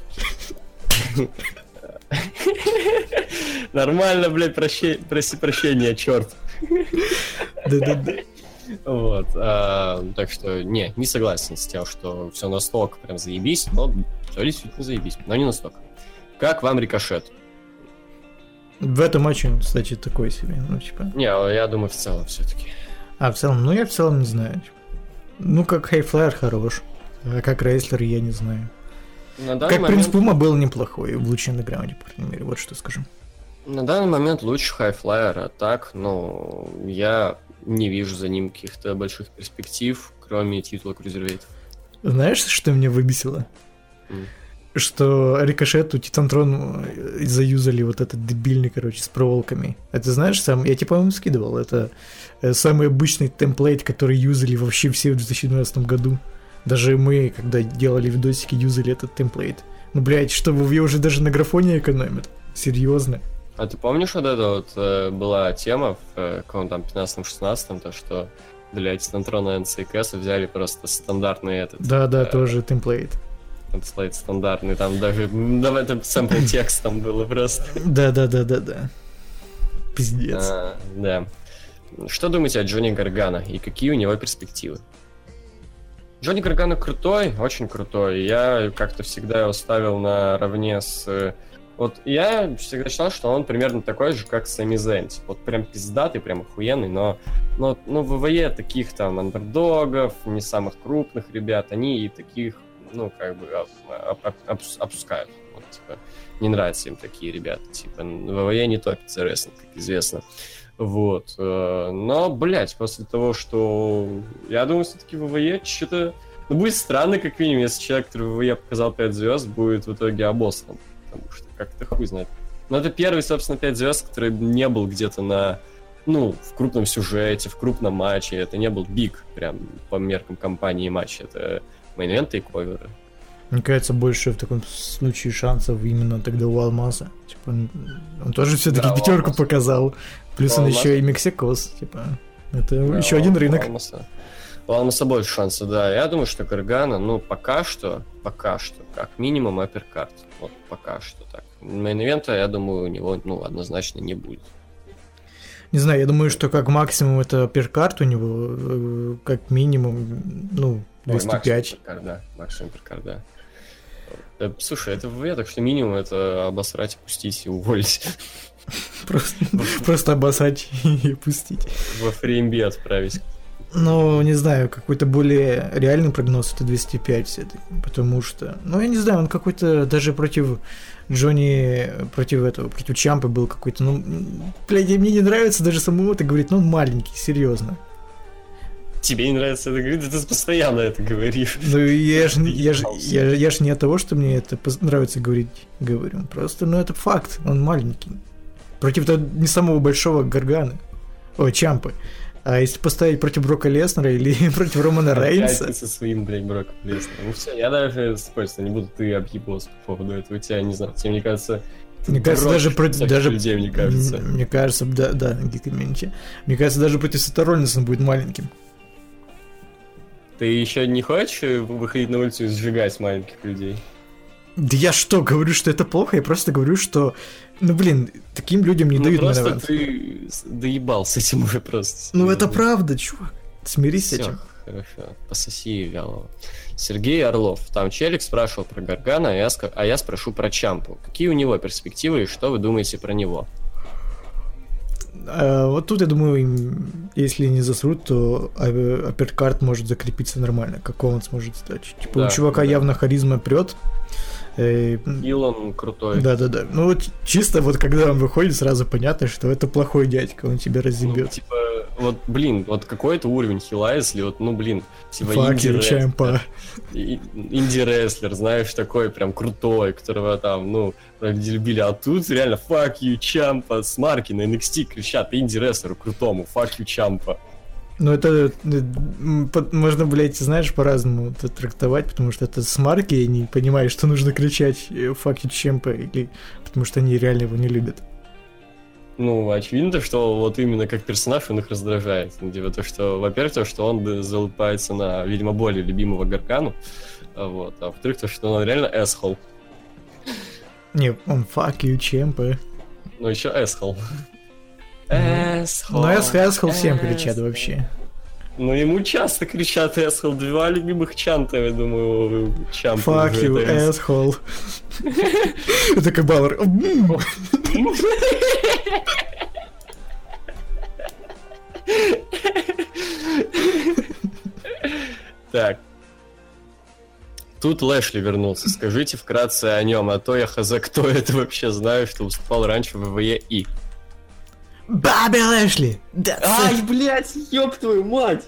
Нормально, блядь, проси прощения, черт. Да-да-да. Вот. Так что, не согласен с тем, что все настолько прям заебись, но все действительно заебись, но не настолько. Как вам Рикошет? В этом матче, он, кстати, такой себе, ну, типа... Не, я думаю, в целом все-таки. А, в целом, ну, я в целом не знаю. типа. Ну, как хайфлайер хорош, а как рейслер я не знаю. На данный Как момент- принц Пума был неплохой в лучшем андеграунде, по крайней мере, вот что скажем. На данный момент лучше хайфлайер, а так, я не вижу за ним каких-то больших перспектив, кроме титула крузервейтов. Знаешь, что меня выбесило? М. Что Рикошету Титантрон заюзали вот этот дебильный, короче, с проволоками. Это знаешь, я тебе, по-моему, скидывал. Это самый обычный темплейт, который юзали вообще все в 2012 году. Даже мы, когда делали видосики, юзали этот темплейт. Ну, блядь, что, Вове уже даже на графоне экономят? Серьезно? А ты помнишь, вот это вот была тема в каком там 15-16, то что для Титантрона НЦКС взяли просто стандартный этот... Да, тоже темплейт. Темплейт стандартный, там даже давай там сэмпл текстом было просто. Да. Пиздец. Да. Что думаете о Джонни Гаргано и какие у него перспективы? Джонни Гаргано крутой, очень крутой. Я как-то всегда его ставил наравне с... Вот я всегда считал, что он примерно такой же, как Сами Зейн. Вот прям пиздатый, прям охуенный, но в ВВЕ таких там андердогов, не самых крупных ребят, они и таких, опускают. Вот, типа, не нравятся им такие ребята. Типа, ВВЕ не топит за рестлинг, как известно. Вот. Но, блядь, после того, что... Я думаю, все-таки ВВЕ что-то... будет странно, как минимум, если человек, который в ВВЕ показал 5 звезд, будет в итоге обоссан. Потому что как-то хуй знает. Но это первый, собственно, 5 звезд, который не был где-то в крупном сюжете, в крупном матче. Это не был биг, прям, по меркам компании матч. Это мейн-ивенты и коверы. Мне кажется, больше в таком случае шансов именно тогда у Алмаза. Типа, он тоже все-таки Да, пятерку Алмаз. показал. Плюс он Алмаз. еще и Мексикос. Типа, это Да, еще один рынок. У Алмаса больше шансов, да. Я думаю, что Гаргано, пока что, как минимум, апперкарт. Вот пока что так. Мейн-ивента, я думаю, у него, однозначно не будет. Не знаю, я думаю, что как максимум это апперкарт у него, как минимум, ну, 205. Максимум апперкарт, да. Слушай, это так что минимум это обосрать, опустить и уволить. Просто обоссать и пустить. Во фреймби отправить. Ну, не знаю, какой-то более реальный прогноз это 205 все-таки, потому что, ну, я не знаю, он какой-то даже против Джонни, против Чампы был какой-то, ну, блядь, мне не нравится даже самому это говорить, ну, он маленький, серьезно. Тебе не нравится это говорить? Да ты постоянно это говоришь. Ну, я ж не от того, что мне это нравится говорить, говорю, просто, ну, это факт, он маленький. Против не самого большого Гаргана, Чампы. А если поставить против Брока Леснера или против Романа Рейнса... Опять со своим, блядь, Броком Леснером. Ну все, я даже спорить не буду, ты объебался по поводу этого. У тебя, не знаю, тебе, мне кажется... Мне кажется, даже против... людей, мне кажется. Мне кажется, да, Гикоменчи. Мне кажется, даже против Сета Роллинса он будет маленьким. Ты еще не хочешь выходить на улицу и сжигать маленьких людей? Да я что, говорю, что это плохо? Я просто говорю, что... Ну, блин, таким людям не дают просто мановать. Ты доебал с этим уже просто. Ну, это правда, чувак. Смирись с этим. Хорошо, пососи вялого. Сергей Орлов. Там челик спрашивал про Гаргана, а я спрошу про Чампу. Какие у него перспективы и что вы думаете про него? Вот тут, я думаю, если не засрут, то апперкарт может закрепиться нормально. Какого он сможет стать? Типа да, у чувака явно харизма прет. Илон крутой. Да. Ну вот чисто вот когда он выходит, сразу понятно, что это плохой дядька, он тебя разъебет. Ну, типа, вот, блин, вот какой-то уровень хила, если вот, ну, блин, типа инди-рестлер, знаешь, такой прям крутой, которого там, ну, любили, а тут реально fuck you, Чампа, с марки на NXT кричат инди-рестлеру крутому, fuck you, Чампа. Ну, это можно, блядь, знаешь, по-разному это трактовать, потому что это с марки, и не понимаешь, что нужно кричать fuck you, Чампа, или потому что они реально его не любят. Ну, очевидно, что вот именно как персонаж он их раздражает. То, что, во-первых, то, что он залупается на, видимо, более любимого Гаргану, вот, а во-вторых, то, что он реально asshole. Не, он fuck you, Чампа. Ну, еще asshole. Ну, asshole всем кричат вообще. Ну, ему часто кричат asshole. 2 любимых чанта, я думаю, Чампа. Fuck you, asshole. Это как Баллар. Так. Тут Лэшли вернулся. Скажите вкратце о нем, а то я хз, кто это вообще знаю, что выступал раньше в ВВЕ и... Бобби Лэшли! Ай, блядь, ёб твою мать!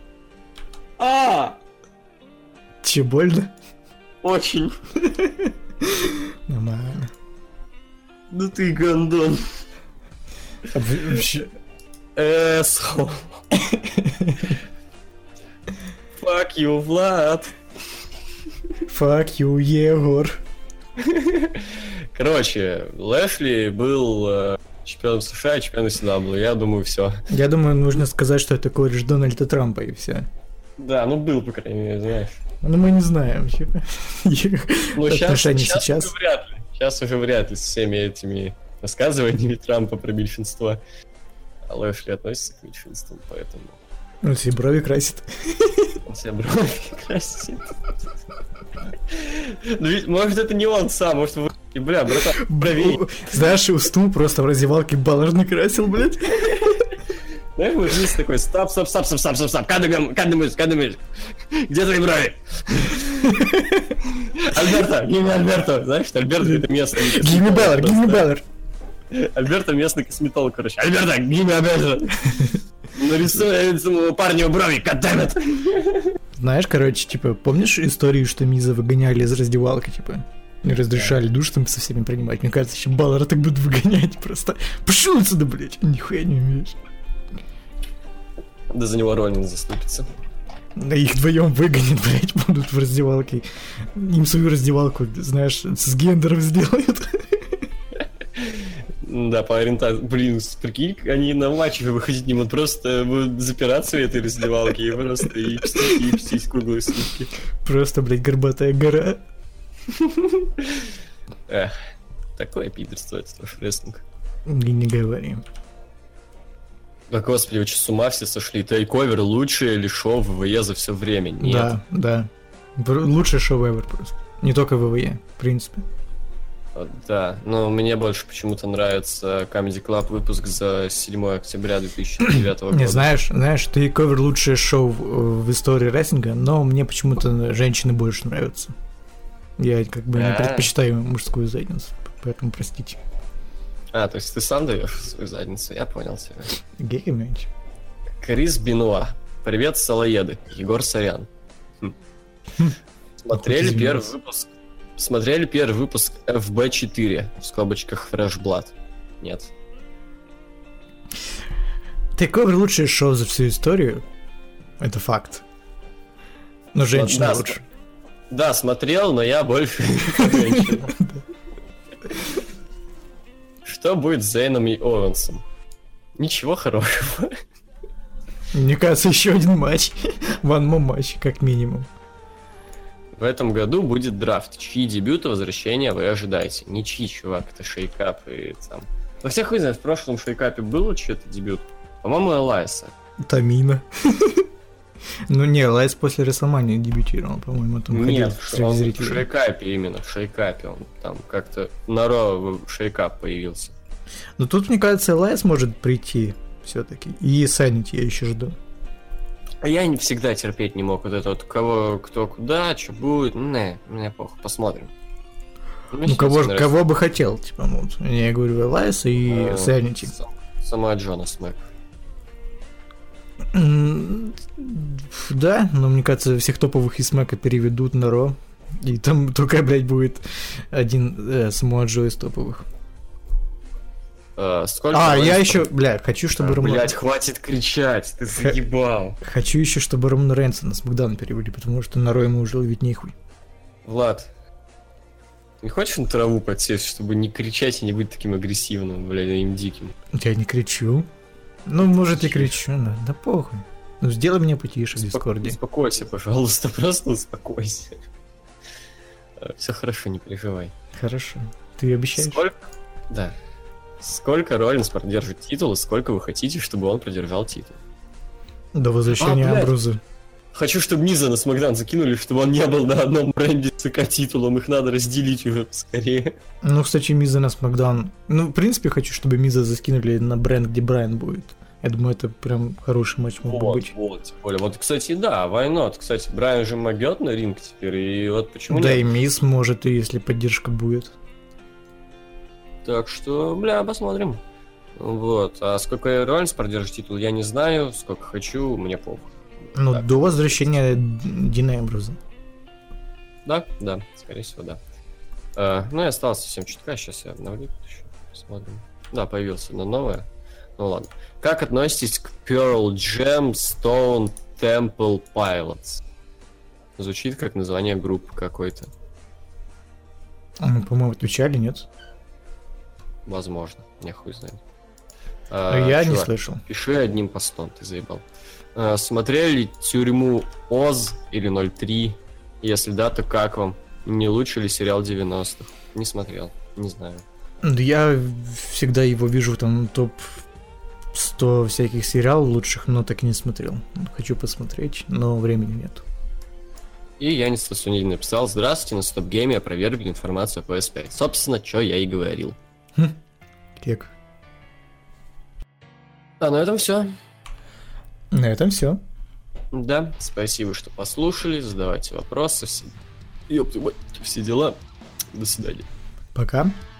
Че, больно? Очень. Нормально. Ну ты гандон. Asshole. Fuck you, Влад. Fuck you, Егор. Короче, Лэшли был чемпионом США и чемпионом CW. Я думаю, все. Я думаю, нужно сказать, что это кореш Дональда Трампа и все. Да, ну был, по крайней мере, знаешь. Ну мы не знаем. Ну сейчас уже вряд ли. Сейчас уже вряд ли с всеми этими высказываниями Трампа про меньшинство. А Лэшли относится к меньшинству, поэтому... Он себе брови красит. Он себе брови красит. Ну ведь, может, это не он сам, может, вы... Бля, братан, бровей. Знаешь, Усту просто в раздевалке Баллар накрасил, блядь. Знаешь, вот здесь такой, стоп, когда думаешь, где твои брови? Альберто, give Альберто, знаешь, Альберто это местный косметолог. Give me Баллар. Альберто местный косметолог, короче. Альберто, give me Альберто. Нарисуй этому парню брови, goddammit. Знаешь, короче, типа, помнишь историю, что Миза выгоняли из раздевалки, типа? Не разрешали душ там со всеми принимать. Мне кажется, еще Баллара так будут выгонять просто. Пошел отсюда, блядь, нихуя не умеешь. Да за него Роллинс заступится. Да их вдвоем выгонят, блядь, будут в раздевалке. Им свою раздевалку, знаешь, с гендером сделают. Да, по ориентации. Блин, прикинь, они на матче выходить не будут, просто будут запираться в этой раздевалке и просто и пстись круглые сутки. Просто, блядь, горбатая гора. Эх, такое пидорство, это тоже рестлинг. И не говори. Да господи, вы что, с ума все сошли? Тейковер лучшее ли шоу ВВЕ за все время? Нет. Да. Лучшее шоу ever просто. Не только ВВЕ, в принципе. Да, но мне больше почему-то нравится Comedy Club выпуск за 7 октября 2009 года. Не, знаешь, Takeover лучшее шоу в истории рестлинга, но мне почему-то женщины больше нравятся. Я как бы не предпочитаю мужскую задницу, поэтому простите. То есть ты сам даешь свою задницу, я понял тебя. Гей-комьюнити. Крис Бенуа. Привет, салоеды. Егор Сорян. Смотрели первый выпуск FB4, в скобочках Fresh Blood? Нет. Takeover лучшее шоу за всю историю. Это факт. Но женщина лучше. Да, смотрел, но я больше женщина. Что будет с Зейном и Оуэнсом? Ничего хорошего. Мне кажется, еще один матч. One more матч, как минимум. В этом году будет драфт. Чьи дебюты, возвращения вы ожидаете? Ничьи, чувак, это шейкап и там... Во всех выездах в прошлом шейкапе был что-то дебют? По-моему, Элайса. Тамина. Ну не, Элайс после Рестлмании дебютировал, по-моему, там нет, он в шейкапе именно, в шейкапе он там как-то на Ро шейкап появился. Но тут, мне кажется, Элайс может прийти все-таки. И Санити я еще жду. Я не всегда терпеть не мог вот это вот, кто куда, что будет. Мне плохо, посмотрим. Ну, кого бы хотел, типа, вот. Я говорю, Элайс и Санити. Сама Джона Смэк. Да, но мне кажется, всех топовых из Смэка переведут на Ро. И там только, блядь, будет один Самуа Джо из топовых. Я еще, хочу, чтобы Роман... Блядь, хватит кричать, ты заебал. Хочу еще, чтобы Романа Рейнса с Богданом перевели, потому что на Ро ему уже ловить нехуй. Влад, не хочешь на траву подсесть, чтобы не кричать и не быть таким агрессивным, блядь, им диким? Я не кричу. Ну, может, и кричу, да похуй. Ну, сделай меня потише в Дискорде. Успокойся, пожалуйста, просто успокойся. Все хорошо, не переживай. Хорошо. Ты обещаешь? Да. Сколько Роллинс продержит титул и сколько вы хотите, чтобы он продержал титул? До возвращения Амбруза. Хочу, чтобы Миза на Смакдаун закинули, чтобы он не был на одном бренде с ЦК-титулом. Их надо разделить уже скорее. Ну, кстати, Миза на Смакдаун. Ну, в принципе, хочу, чтобы Миза закинули на бренд, где Брайан будет. Я думаю, это прям хороший матч мог бы быть. Вот, кстати, да, why not? Кстати, Брайан же могет на ринг теперь, и вот почему да, нет? И Миз может, и если поддержка будет. Так что, посмотрим. Вот. А сколько Роллинс продержит титул, я не знаю. Сколько хочу, мне похуй. Ну, так, до возвращения Дина Эмбруза. Да, скорее всего, да. Ну и осталось совсем чутка, сейчас я обновлю еще. Посмотрим. Да, появилось одно новое. Ну ладно. Как относитесь к Pearl Jam Stone Temple Pilots? Звучит как название группы какой-то. А мы, по-моему, отвечали, нет? Возможно, я хуй знает. Я не слышал. Пиши одним постом, ты заебал. Смотрели «Тюрьму Оз» или «03»? Если да, то как вам? Не лучше ли сериал 90-х? Не смотрел, не знаю. Я всегда его вижу там топ-100 всяких сериалов лучших, но так и не смотрел. Хочу посмотреть, но времени нет. И Янис Ласунин написал: здравствуйте, на Стопгейме опровергли информацию по PS5. Собственно, что я и говорил. Кек. А на этом все. На этом все. Да, спасибо, что послушали. Задавайте вопросы. Все дела. До свидания. Пока.